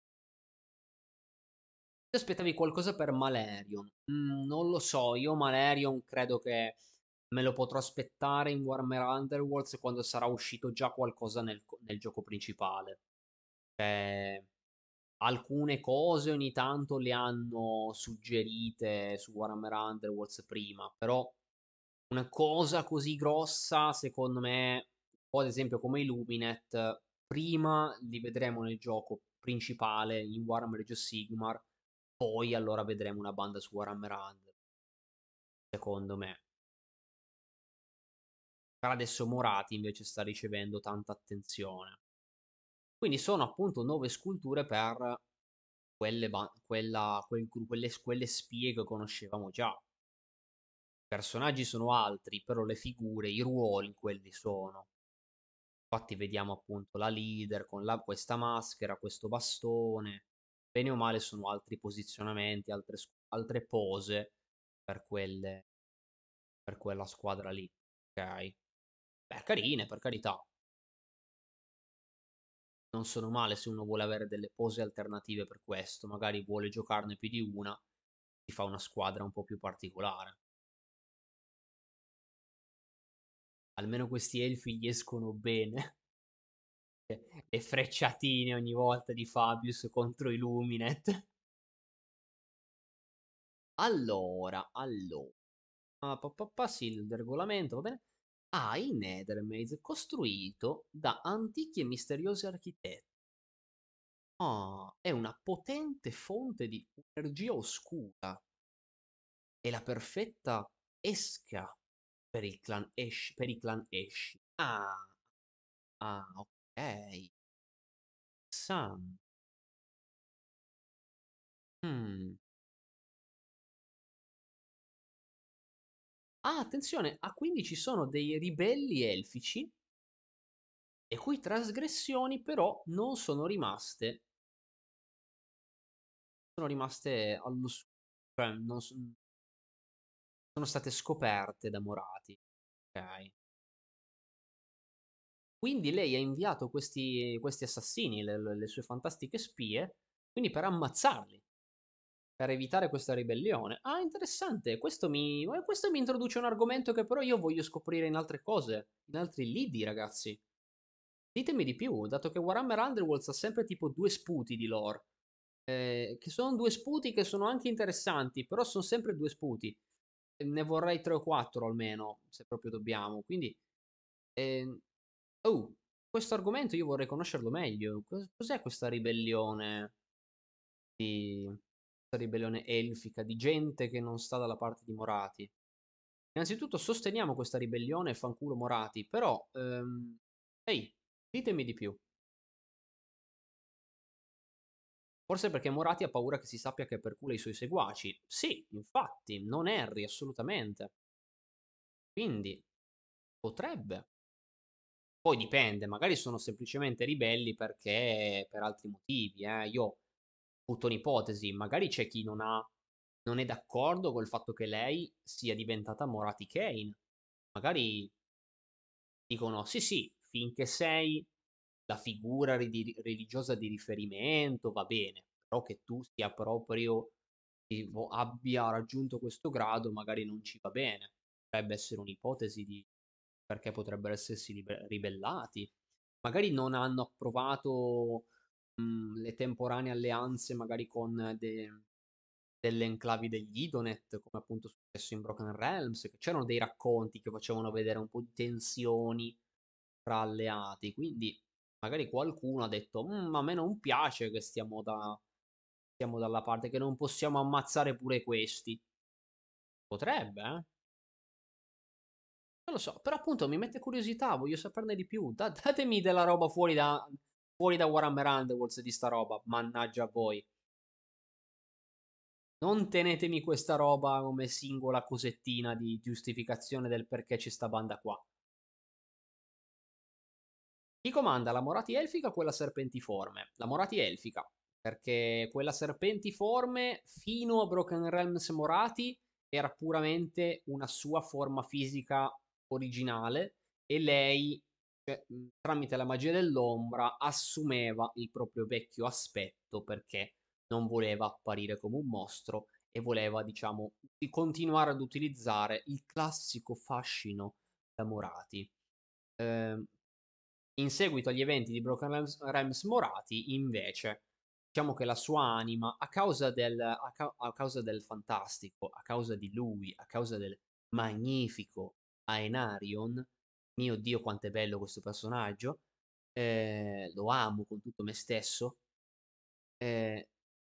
Ti aspettavi qualcosa per Malerion? Non lo so, io Malerion credo che me lo potrò aspettare in Warhammer Underworlds quando sarà uscito già qualcosa nel gioco principale. Cioè, alcune cose ogni tanto le hanno suggerite su Warhammer Underworlds prima, però una cosa così grossa, secondo me, o ad esempio come i Luminet, prima li vedremo nel gioco principale in Warhammer Age of Sigmar, poi allora vedremo una banda su Warhammer Underworlds, secondo me. Per adesso Morati invece sta ricevendo tanta attenzione. Quindi sono appunto nuove sculture per quelle spie che conoscevamo già. I personaggi sono altri, però le figure, i ruoli, quelli sono. Infatti vediamo appunto la leader con questa maschera, questo bastone. Bene o male sono altri posizionamenti, altre pose per quella squadra lì. Ok? Beh, carine, per carità. Non sono male se uno vuole avere delle pose alternative per questo. Magari vuole giocarne più di una, si fa una squadra un po' più particolare. Almeno questi elfi gli escono bene. Le frecciatine ogni volta di Fabius contro i Luminet. Allora. Sì, il regolamento, va bene. Ah, il Nethermaze costruito da antichi e misteriosi architetti. Ah, è una potente fonte di energia oscura. È la perfetta esca per il clan Ash, per i clan Ash. Ok. Sam. Mm. Ah, attenzione, quindi ci sono dei ribelli elfici le cui trasgressioni però non sono rimaste cioè sono state scoperte da Morati. Ok. Quindi lei ha inviato questi assassini, le sue fantastiche spie, quindi per ammazzarli, per evitare questa ribellione. Ah, interessante, questo mi introduce un argomento che però io voglio scoprire in altre cose, in altri lidi, ragazzi. Ditemi di più, dato che Warhammer Underworlds ha sempre tipo due sputi di lore, che sono due sputi che sono anche interessanti, però sono sempre due sputi. Ne vorrei tre o quattro almeno, se proprio dobbiamo. Quindi, eh, oh, questo argomento io vorrei conoscerlo meglio. Cos'è questa ribellione elfica di gente che non sta dalla parte di Morati? Innanzitutto sosteniamo questa ribellione e fanculo Morati, però, ehi, ditemi di più. Forse perché Morati ha paura che si sappia che percula i suoi seguaci. Sì, infatti, non erri assolutamente. Quindi, potrebbe. Poi dipende, magari sono semplicemente ribelli perché per altri motivi. Io butto un'ipotesi, magari c'è chi non è d'accordo col fatto che lei sia diventata Morati Kane. Magari dicono sì, sì, finché sei la figura religiosa di riferimento va bene, però che tu sia proprio abbia raggiunto questo grado magari non ci va bene. Potrebbe essere un'ipotesi di perché potrebbero essersi ribellati. Magari non hanno approvato le temporanee alleanze magari con delle enclavi degli Idonet, come appunto è successo in Broken Realms, che c'erano dei racconti che facevano vedere un po' di tensioni tra alleati, quindi magari qualcuno ha detto, a me non piace che stiamo dalla parte, che non possiamo ammazzare pure questi. Potrebbe, eh? Non lo so, però appunto mi mette curiosità, voglio saperne di più. Datemi della roba fuori da Warhammer Underworlds di sta roba, mannaggia a voi. Non tenetemi questa roba come singola cosettina di giustificazione del perché c'è sta banda qua. Chi comanda la Morati Elfica o quella Serpentiforme? La Morati Elfica, perché quella Serpentiforme fino a Broken Realms Morati era puramente una sua forma fisica originale e lei, cioè, tramite la magia dell'ombra, assumeva il proprio vecchio aspetto perché non voleva apparire come un mostro e voleva, diciamo, continuare ad utilizzare il classico fascino da Morati. Ehm, In seguito agli eventi di Broken Realms Morati, invece, diciamo che la sua anima, a causa del fantastico, a causa di lui, a causa del magnifico Aenarion, mio Dio quanto è bello questo personaggio, lo amo con tutto me stesso, eh,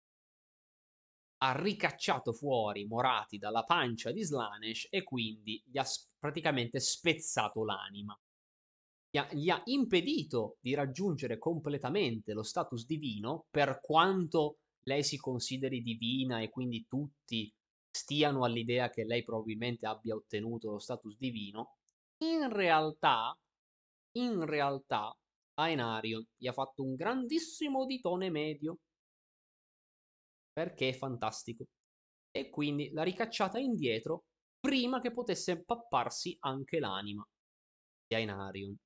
ha ricacciato fuori Morati dalla pancia di Slanesh e quindi gli ha praticamente spezzato l'anima. Gli ha impedito di raggiungere completamente lo status divino, per quanto lei si consideri divina e quindi tutti stiano all'idea che lei probabilmente abbia ottenuto lo status divino. In realtà, in realtà, Aenarion gli ha fatto un grandissimo ditone medio perché è fantastico. E quindi l'ha ricacciata indietro prima che potesse papparsi anche l'anima di Aenarion.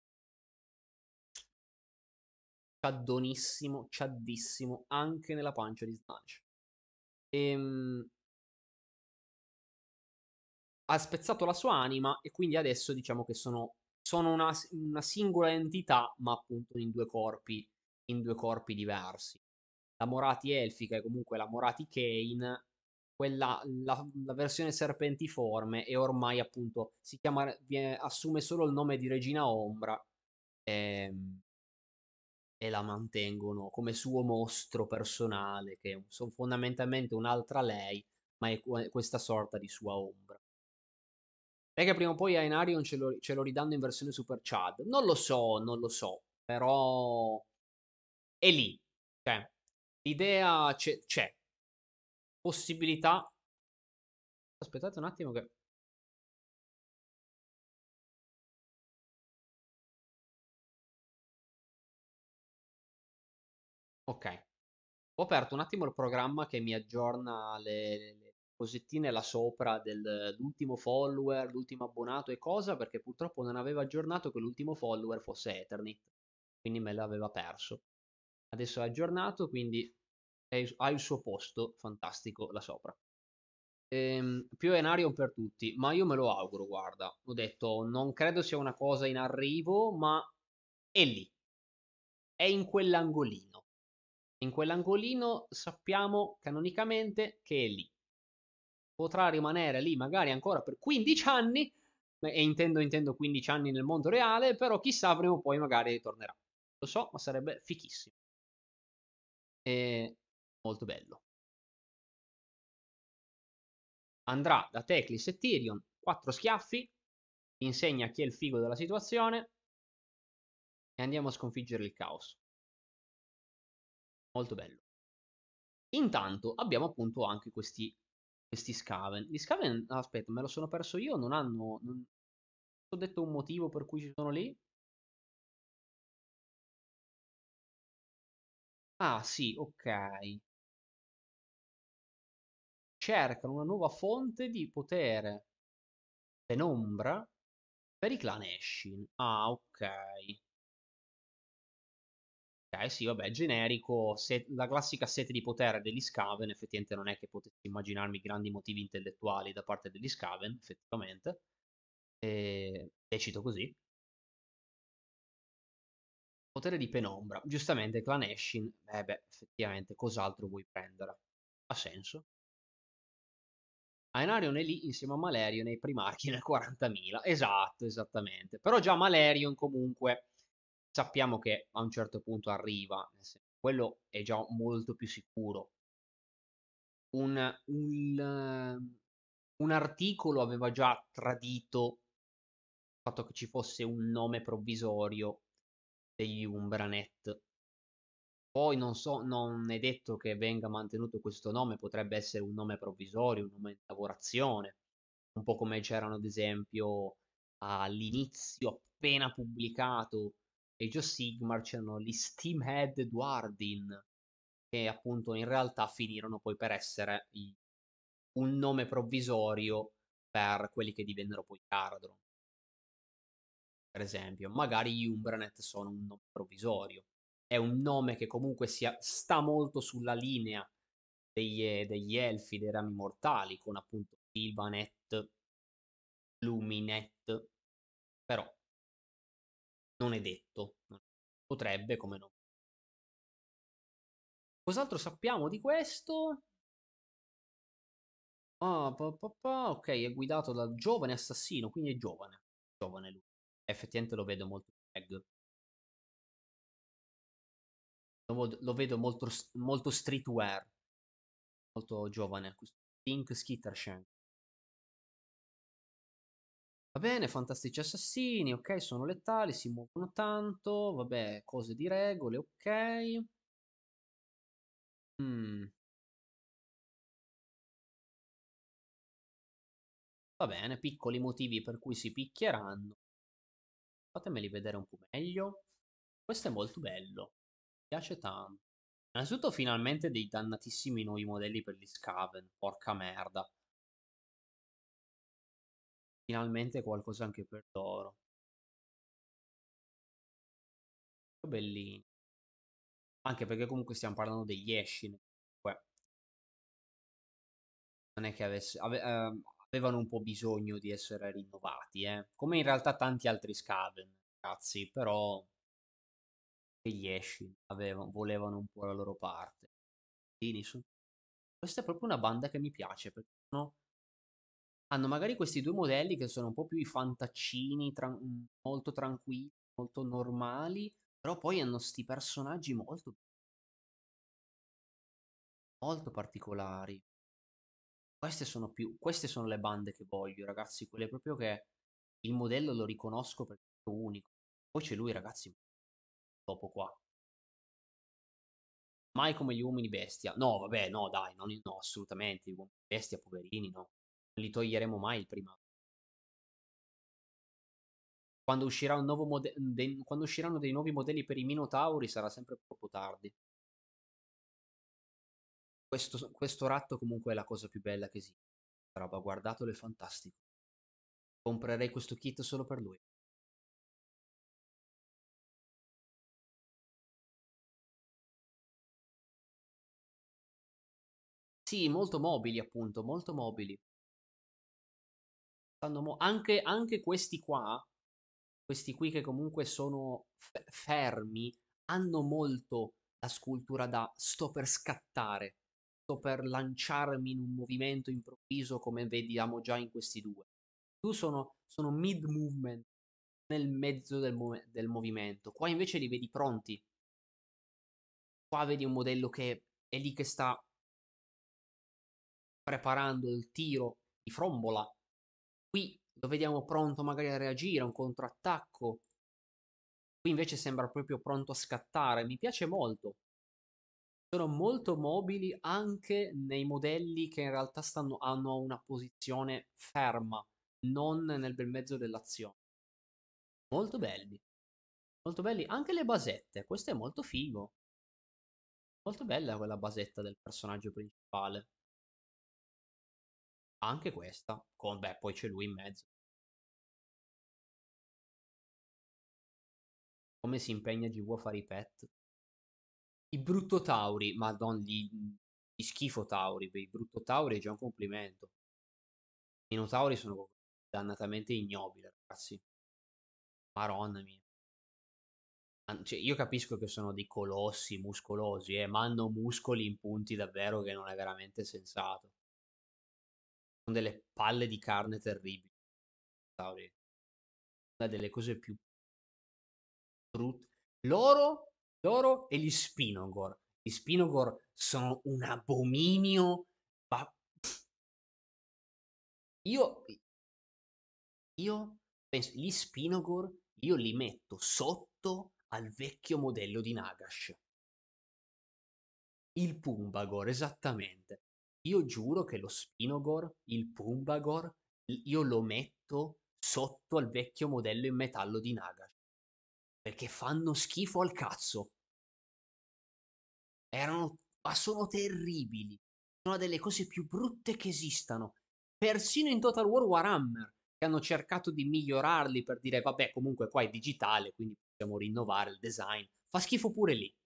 Ciaddonissimo, ciaddissimo, anche nella pancia di Snatch. Ehm, ha spezzato la sua anima e quindi adesso diciamo che sono una singola entità, ma appunto in due corpi diversi. La Morati elfica e comunque la Morati Kane, la versione serpentiforme e ormai appunto assume solo il nome di Regina Ombra. Ehm, e la mantengono come suo mostro personale, che sono fondamentalmente un'altra lei, ma è questa sorta di sua ombra. E che prima o poi Aenarion ce lo ridanno in versione Super Chad. Non lo so, non lo so, però è lì. Cioè, l'idea c'è. Possibilità. Aspettate un attimo che... Ok. Ho aperto un attimo il programma che mi aggiorna le cosettine là sopra dell'ultimo follower, l'ultimo abbonato e cosa, perché purtroppo non aveva aggiornato che l'ultimo follower fosse Eternit, quindi me l'aveva perso. Adesso è aggiornato, quindi ha il suo posto fantastico là sopra. Più Enarion per tutti, ma io me lo auguro, guarda. Ho detto, non credo sia una cosa in arrivo, ma è lì, è in quell'angolino. In quell'angolino sappiamo canonicamente che è lì. Potrà rimanere lì magari ancora per 15 anni, e intendo 15 anni nel mondo reale, però chissà, prima o poi magari tornerà. Lo so, ma sarebbe fichissimo. E molto bello. Andrà da Teclis e Tyrion, 4 schiaffi, insegna chi è il figo della situazione e andiamo a sconfiggere il caos. Molto bello. Intanto abbiamo appunto anche questi Skaven. Gli Skaven, aspetta, me lo sono perso io, non hanno... Non... Ho detto un motivo per cui ci sono lì? Ah, sì, ok. cercano una nuova fonte di potere penombra per i clan Eshin. Ah, ok. Ok, sì, vabbè, generico, la classica sete di potere degli Skaven, effettivamente non è che potessi immaginarmi grandi motivi intellettuali da parte degli Skaven, effettivamente. E lecito così. Potere di penombra. Giustamente, clan Eshin, beh, effettivamente, cos'altro vuoi prendere? Ha senso. Aenarion è lì insieme a Malerion nei primarchi nel 40.000. Esatto, esattamente. Però già Malerion comunque sappiamo che a un certo punto arriva. Quello è già molto più sicuro. Un, un articolo aveva già tradito il fatto che ci fosse un nome provvisorio degli Umbranet. Poi non so, non è detto che venga mantenuto questo nome, potrebbe essere un nome provvisorio, un nome di lavorazione, un po' come c'erano ad esempio all'inizio, appena pubblicato Age of Sigmar, c'erano gli Steamhead Duardin, che appunto in realtà finirono poi per essere un nome provvisorio per quelli che divennero poi Caradron, per esempio. Magari gli Umbranet sono un nome provvisorio. È un nome che comunque sta molto sulla linea degli elfi, dei rami mortali, con appunto Sylvanet, Luminet, però non è detto. Potrebbe, come no. Cos'altro sappiamo di questo? Ok, è guidato dal giovane assassino, quindi è giovane. Giovane lui. Effettivamente lo vedo molto tag. Lo vedo molto, molto streetwear, molto giovane. Questo Pink Skittershank. Va bene, fantastici assassini, ok, sono letali, si muovono tanto, vabbè, cose di regole, ok. Mm, va bene, piccoli motivi per cui si picchieranno. Fatemeli vedere un po' meglio. Questo è molto bello, mi piace tanto. Innanzitutto finalmente dei dannatissimi nuovi modelli per gli Skaven, porca merda. Finalmente qualcosa anche per loro. Bellini. Anche perché comunque stiamo parlando degli Eshin. Non è che avevano un po' bisogno di essere rinnovati, come in realtà tanti altri Skaven, ragazzi, però gli Esci volevano un po' la loro parte. Questa è proprio una banda che mi piace, perché hanno magari questi due modelli che sono un po' più i fantaccini, molto tranquilli, molto normali, però poi hanno sti personaggi molto, molto particolari. Queste sono le bande che voglio, ragazzi, quelle proprio che il modello lo riconosco perché è unico. Poi c'è lui, ragazzi, dopo qua. Mai come gli uomini bestia. No, vabbè, no, dai, no, assolutamente. Gli uomini bestia, poverini, no. Non li toglieremo mai il prima. Quando uscirà un nuovo quando usciranno dei nuovi modelli per i Minotauri sarà sempre troppo tardi. Questo ratto comunque è la cosa più bella che esiste. Roba, guardatelo, è fantastico. Comprerei questo kit solo per lui. Sì, molto mobili, appunto, molto mobili. Anche questi qui che comunque sono fermi, hanno molto la scultura da sto per scattare, sto per lanciarmi in un movimento improvviso come vediamo già in questi due. Sono mid movement, nel mezzo del movimento. Qua invece li vedi pronti. Qua vedi un modello che è lì che sta preparando il tiro di frombola. Qui lo vediamo pronto magari a reagire a un contrattacco. Qui invece sembra proprio pronto a scattare. Mi piace molto. Sono molto mobili anche nei modelli che in realtà hanno una posizione ferma, non nel bel mezzo dell'azione. Molto belli. Molto belli. Anche le basette. Questo è molto figo. Molto bella quella basetta del personaggio principale. Anche questa, con, beh, poi c'è lui in mezzo. Come si impegna GW a fare i pet? I Brutto Tauri, ma non gli schifo Tauri, per i Brutto Tauri è già un complimento. I Minotauri sono dannatamente ignobili, ragazzi. Maronna mia. Cioè, io capisco che sono dei colossi muscolosi, ma hanno muscoli in punti davvero che non è veramente sensato. Sono delle palle di carne terribili. Tauri. Una delle cose più brutte. Loro e gli Spinogor. Gli Spinogor sono un abominio. Ma io, io penso, gli Spinogor io li metto sotto al vecchio modello di Nagash. Il Pumbagor, esattamente. Io giuro che lo Spinogor, il Pumbagor, io lo metto sotto al vecchio modello in metallo di Nagash. Perché fanno schifo al cazzo. Ma sono terribili. Sono delle cose più brutte che esistano. Persino in Total War Warhammer, che hanno cercato di migliorarli per dire, vabbè, comunque qua è digitale, quindi possiamo rinnovare il design. Fa schifo pure lì.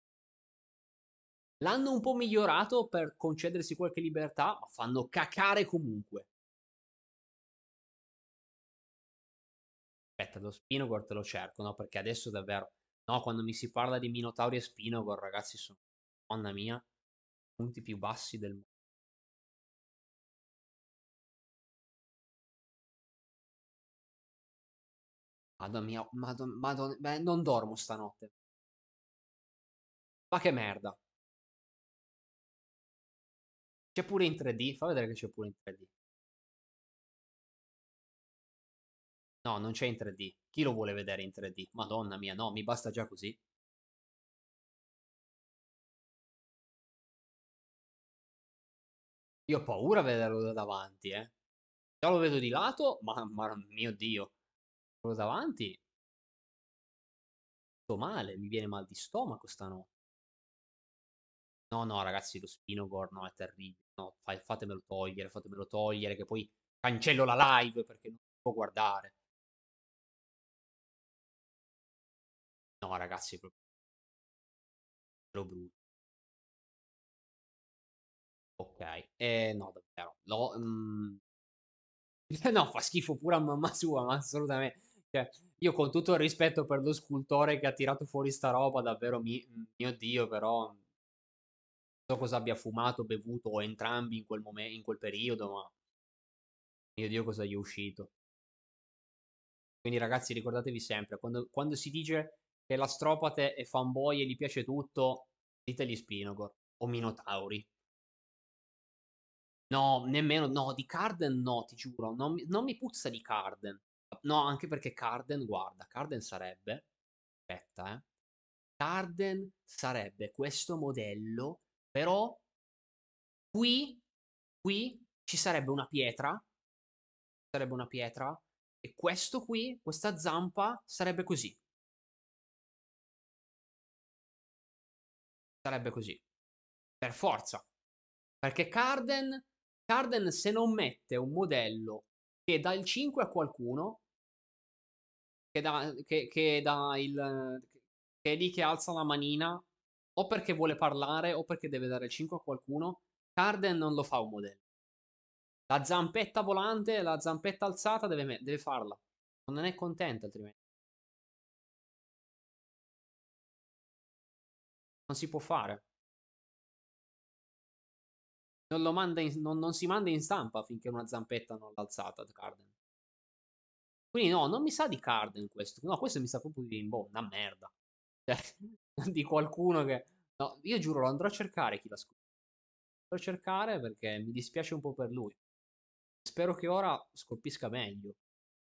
L'hanno un po' migliorato per concedersi qualche libertà, ma fanno cacare comunque. Aspetta, lo Spinogor te lo cerco, no? Perché adesso davvero... No, quando mi si parla di Minotauri e Spinogor, ragazzi, sono... Madonna mia, punti più bassi del mondo. Madonna mia, madonna, beh, non dormo stanotte. Ma che merda. C'è pure in 3D, fa vedere che c'è pure in 3D. No, non c'è in 3D. Chi lo vuole vedere in 3D? Madonna mia, no, mi basta già così. Io ho paura a vederlo da davanti, eh. Già lo vedo di lato, ma mio Dio. Quello davanti, sto male, mi viene mal di stomaco stanotte. No, no, ragazzi, lo Spinogor no, è terribile. No, fatemelo togliere, che poi cancello la live perché non si può guardare. No, ragazzi, è proprio brutto. Ok, no, davvero. No, fa schifo pure a mamma sua, ma assolutamente. Cioè, io con tutto il rispetto per lo scultore che ha tirato fuori sta roba, davvero mio Dio, però non so cosa abbia fumato, bevuto o entrambi in quel momento, in quel periodo, ma mio Dio cosa gli è uscito. Quindi ragazzi ricordatevi sempre, quando si dice che l'astropate è fanboy e gli piace tutto, ditegli Spinogor o Minotauri. No, nemmeno, no, di Carden no, ti giuro, non mi puzza di Carden. No, anche perché Carden, guarda, Carden sarebbe, aspetta, Carden sarebbe questo modello, però qui, qui ci sarebbe una pietra, e questo qui, questa zampa, sarebbe così, sarebbe così, per forza. Perché Carden se non mette un modello che dà il 5 a qualcuno, che dà che è lì che alza la manina, o perché vuole parlare o perché deve dare il 5 a qualcuno, Carden non lo fa un modello. La zampetta volante, la zampetta alzata deve farla. Non è contento altrimenti. Non si può fare. Non si manda in stampa finché una zampetta non l'ha alzata, Carden. Quindi no, non mi sa di Carden questo. No, questo mi sa proprio di boh, una merda. Cioè, di qualcuno che... No, io giuro, lo andrò a cercare chi l'ha scritto. Lo andrò a cercare perché mi dispiace un po' per lui. Spero che ora scolpisca meglio.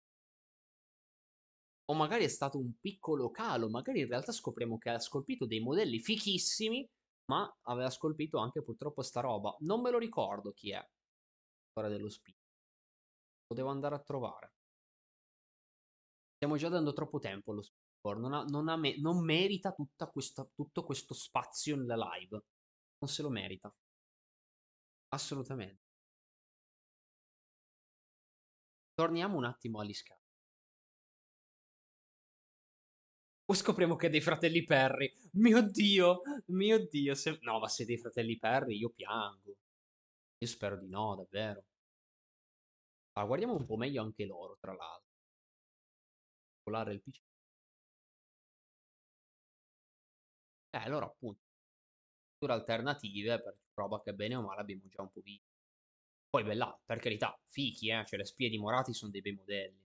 O magari è stato un piccolo calo, magari in realtà scopriamo che ha scolpito dei modelli fichissimi, ma aveva scolpito anche purtroppo sta roba. Non me lo ricordo chi è. Ora dello spin. Lo devo andare a trovare. Stiamo già dando troppo tempo allo sport. Non merita tutto questo spazio nella live. Non se lo merita. Assolutamente. Torniamo un attimo agli scafi. Poi scopriamo che è dei fratelli Perry. Mio Dio. No, ma se dei fratelli Perry io piango. Io spero di no, davvero. Ah, guardiamo un po' meglio anche loro, tra l'altro. Polare il PC. Allora appunto, culture alternative per roba che bene o male abbiamo già un po' visto. Poi bella, per carità, fichi, cioè le spie dimorati sono dei bei modelli.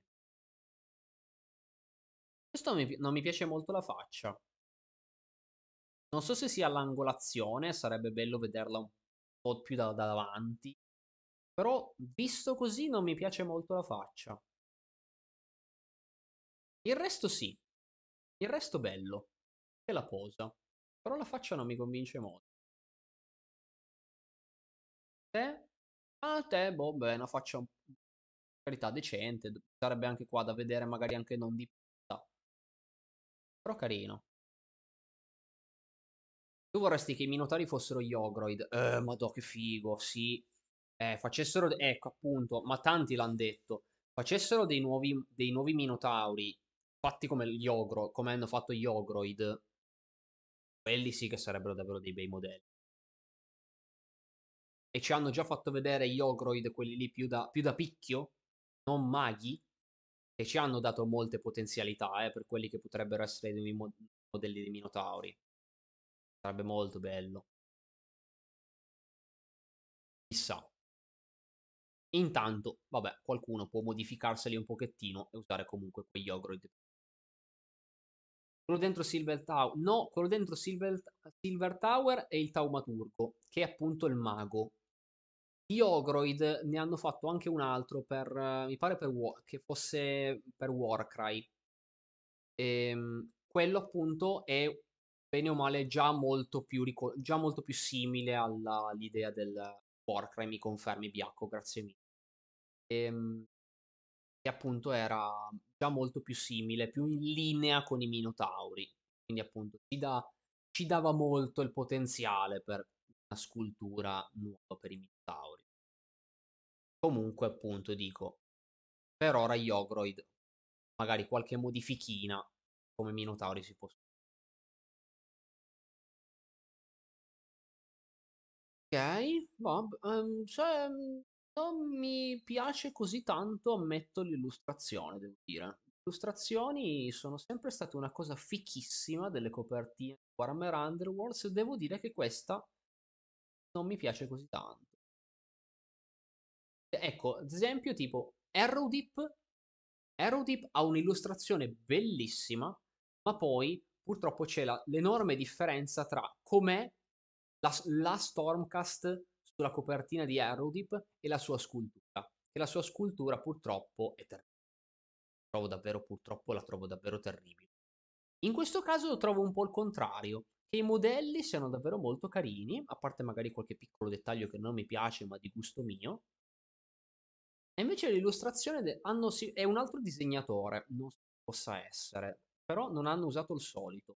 Questo non mi piace molto la faccia. Non so se sia l'angolazione, sarebbe bello vederla un po' più da davanti. Però, visto così, non mi piace molto la faccia. Il resto sì, il resto bello. E la posa. Però la faccia non mi convince molto. Te? A te, boh, beh, una faccia carità decente. Sarebbe anche qua da vedere, magari anche non di punta. Però carino. Tu vorresti che i Minotauri fossero gli Ogroid. Madò, che figo, sì. Facessero, ecco appunto, ma tanti l'hanno detto. Facessero dei nuovi Minotauri fatti come gli Ogro, come hanno fatto gli Ogroid. Quelli sì che sarebbero davvero dei bei modelli. E ci hanno già fatto vedere gli Ogroid, quelli lì più da picchio, non maghi, che ci hanno dato molte potenzialità, per quelli che potrebbero essere dei modelli dei Minotauri. Sarebbe molto bello. Chissà. Intanto, vabbè, qualcuno può modificarseli un pochettino e usare comunque quegli Ogroid. Quello dentro Silver Tower, no, quello dentro Silver Tower è il Taumaturgo, che è appunto il mago. Di Ogroid ne hanno fatto anche un altro per, mi pare che fosse per Warcry. Quello appunto è bene o male già molto più simile all'idea del Warcry, mi confermi Biacco, grazie mille. Ehm, che appunto era già molto più simile, più in linea con i Minotauri. Quindi appunto ci dava molto il potenziale per una scultura nuova per i Minotauri. Comunque appunto dico, per ora gli Ogroid, magari qualche modifichina come Minotauri si può. Ok, Bob, cioè, non mi piace così tanto, ammetto l'illustrazione, devo dire. Le illustrazioni sono sempre state una cosa fichissima delle copertine di Warhammer Underworlds, e devo dire che questa non mi piace così tanto. Ecco, ad esempio, tipo Arrow Deep ha un'illustrazione bellissima, ma poi purtroppo c'è l'enorme differenza tra com'è la Stormcast sulla copertina di Arrowdeep e la sua scultura. E la sua scultura purtroppo è terribile. La trovo davvero terribile. In questo caso lo trovo un po' il contrario, che i modelli siano davvero molto carini, a parte magari qualche piccolo dettaglio che non mi piace, ma di gusto mio. E invece l'illustrazione è un altro disegnatore, non so chi possa essere, però non hanno usato il solito,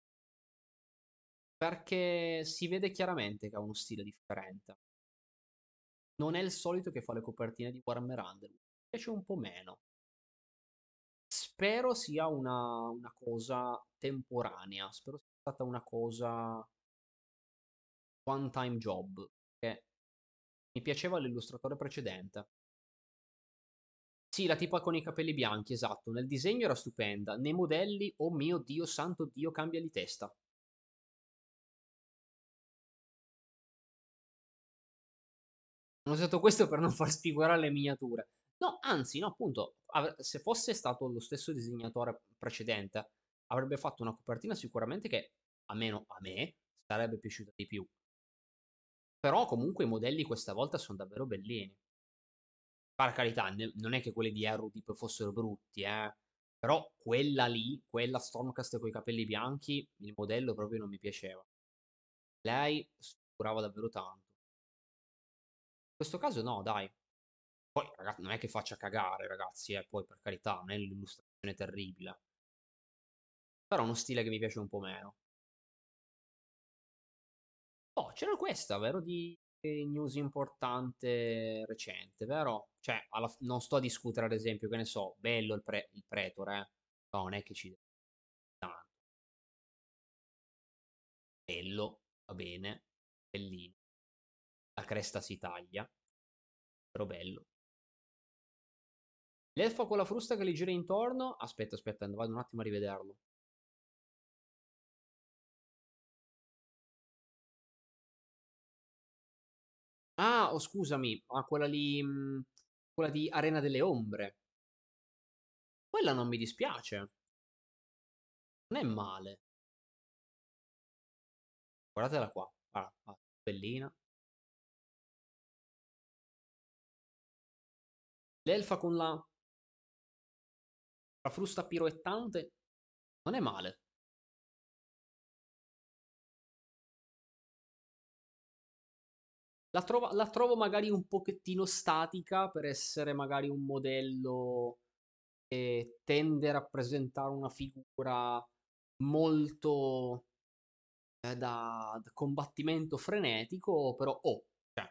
perché si vede chiaramente che ha uno stile differente. Non è il solito che fa le copertine di Warhammer Underworld, mi piace un po' meno. Spero sia una cosa temporanea, spero sia stata una cosa one time job, che mi piaceva l'illustratore precedente. Sì, la tipa con i capelli bianchi, esatto. Nel disegno era stupenda. Nei modelli, oh mio Dio, santo Dio, cambia di testa. Hanno usato questo per non far sfigurare le miniature. No, anzi, no, appunto, se fosse stato lo stesso disegnatore precedente, avrebbe fatto una copertina sicuramente che, almeno a me, sarebbe piaciuta di più. Però comunque i modelli questa volta sono davvero bellini. Per carità, non è che quelli di Erudip fossero brutti, però quella lì, quella Stormcast con i capelli bianchi, il modello proprio non mi piaceva. Lei curava davvero tanto. In questo caso no, dai. Poi, ragazzi, non è che faccia cagare, ragazzi, poi per carità, non è l'illustrazione terribile. Però è uno stile che mi piace un po' meno. Oh, c'era questa, vero? Di news importante recente, vero? Cioè, non sto a discutere, ad esempio, che ne so, bello il Pretor, eh. No, non è che ci tanto. Bello, va bene, bellino. La cresta si taglia, però bello. L'elfo con la frusta che gli gira intorno. Aspetta, vado un attimo a rivederlo. Ah, oh, scusami, ma quella lì, quella di Arena delle Ombre. Quella non mi dispiace, non è male. Guardatela qua, bellina. L'elfa con la frusta piroettante non è male. La trovo magari un pochettino statica per essere magari un modello che tende a rappresentare una figura molto da combattimento frenetico, però cioè,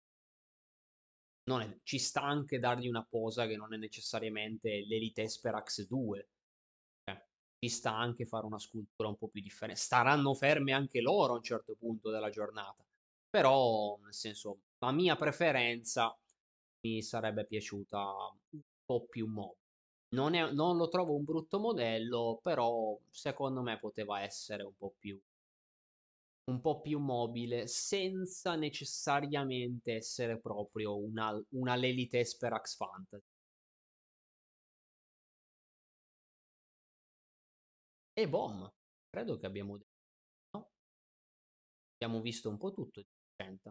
ci sta anche dargli una posa che non è necessariamente l'Elite Esperax 2. Cioè, ci sta anche fare una scultura un po' più differente. Staranno ferme anche loro a un certo punto della giornata. Però, nel senso, la mia preferenza mi sarebbe piaciuta un po' più mobile. Non lo trovo un brutto modello, però secondo me poteva essere un po' più mobile senza necessariamente essere proprio una Lelite Esperax Fantasy. E bom, credo che abbiamo detto, no? Abbiamo visto un po' tutto di Magenta.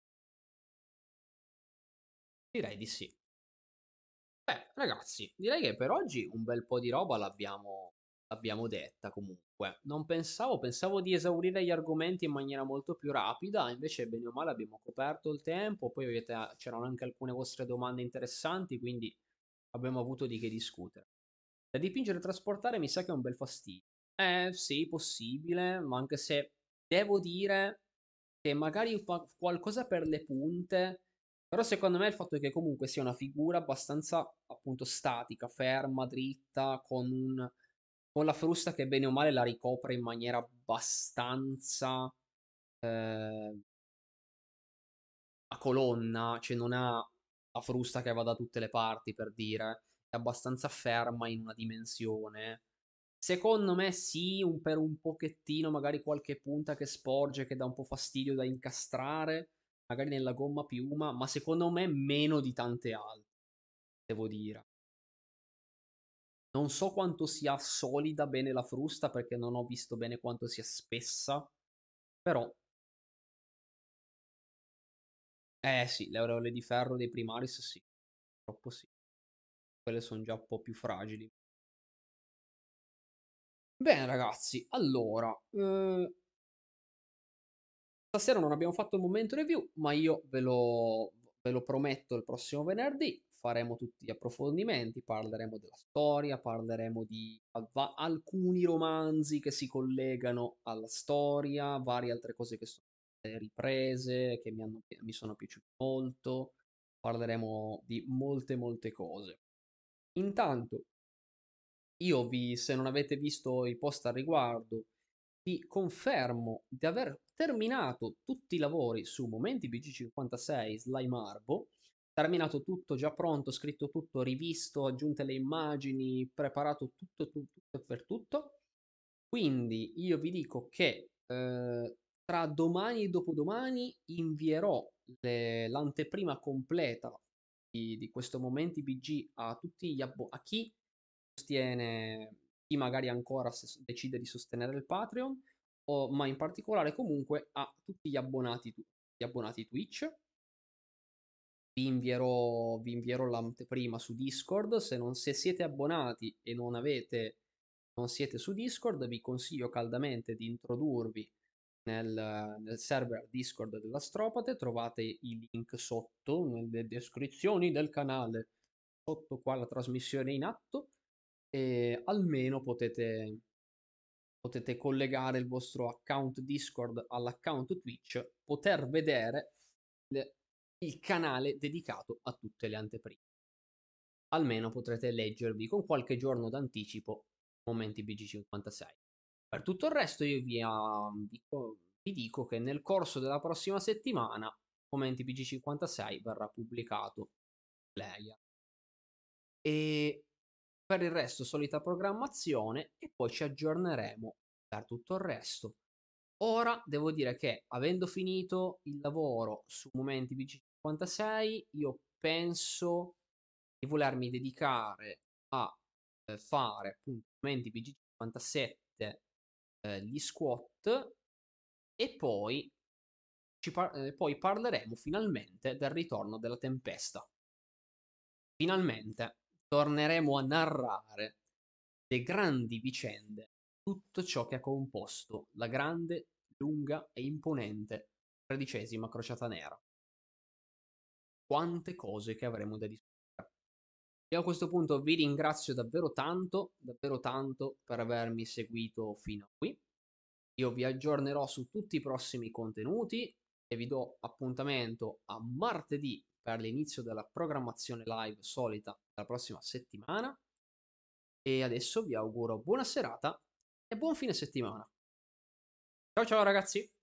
Direi di sì. Beh, ragazzi, direi che per oggi un bel po' di roba l'abbiamo detta comunque. Non pensavo di esaurire gli argomenti in maniera molto più rapida, invece bene o male abbiamo coperto il tempo, poi c'erano anche alcune vostre domande interessanti, quindi abbiamo avuto di che discutere. Da dipingere e trasportare mi sa che è un bel fastidio. Sì, possibile, ma anche se devo dire che magari qualcosa per le punte, però secondo me il fatto è che comunque sia una figura abbastanza appunto statica, ferma, dritta, con la frusta che bene o male la ricopre in maniera abbastanza eh, a colonna, cioè non ha la frusta che va da tutte le parti per dire, è abbastanza ferma in una dimensione. Secondo me sì, per un pochettino, magari qualche punta che sporge, che dà un po' fastidio da incastrare, magari nella gomma piuma, ma secondo me meno di tante altre, devo dire. Non so quanto sia solida bene la frusta perché non ho visto bene quanto sia spessa, però eh sì, le aureole di ferro dei Primaris sì, purtroppo sì. Quelle sono già un po' più fragili. Bene ragazzi, allora, stasera non abbiamo fatto il momento review, ma io ve lo prometto il prossimo venerdì. Faremo tutti gli approfondimenti, parleremo della storia, parleremo di alcuni romanzi che si collegano alla storia, varie altre cose che sono state riprese, che mi sono piaciute molto. Parleremo di molte cose. Intanto, se non avete visto i post al riguardo, vi confermo di aver terminato tutti i lavori su Momenti BG56 Slime Arbo. Terminato tutto, già pronto, scritto tutto, rivisto, aggiunte le immagini, preparato tutto per tutto. Quindi io vi dico che tra domani e dopodomani invierò l'anteprima completa di questo Momenti BG a a chi sostiene, chi magari ancora decide di sostenere il Patreon, ma in particolare comunque a tutti gli abbonati Twitch. Vi invierò l'anteprima su Discord. Se siete abbonati e non siete su Discord, vi consiglio caldamente di introdurvi nel server Discord della Stropate. Trovate i link sotto nelle descrizioni del canale, sotto qua la trasmissione in atto, e almeno potete collegare il vostro account Discord all'account Twitch, poter vedere il canale dedicato a tutte le anteprime. Almeno potrete leggervi con qualche giorno d'anticipo Momenti BG56. Per tutto il resto io vi dico che nel corso della prossima settimana Momenti BG56 verrà pubblicato Player. E per il resto solita programmazione e poi ci aggiorneremo per tutto il resto. Ora devo dire che avendo finito il lavoro su Momenti BG56 io penso di volermi dedicare a fare appunto Momenti BG57, gli squat e poi, poi parleremo finalmente del ritorno della tempesta. Finalmente torneremo a narrare le grandi vicende, tutto ciò che ha composto la grande, lunga e imponente 13ª Crociata Nera. Quante cose che avremo da discutere. Io a questo punto vi ringrazio davvero tanto per avermi seguito fino a qui. Io vi aggiornerò su tutti i prossimi contenuti e vi do appuntamento a martedì per l'inizio della programmazione live solita della prossima settimana. E adesso vi auguro buona serata e buon fine settimana. Ciao ciao ragazzi!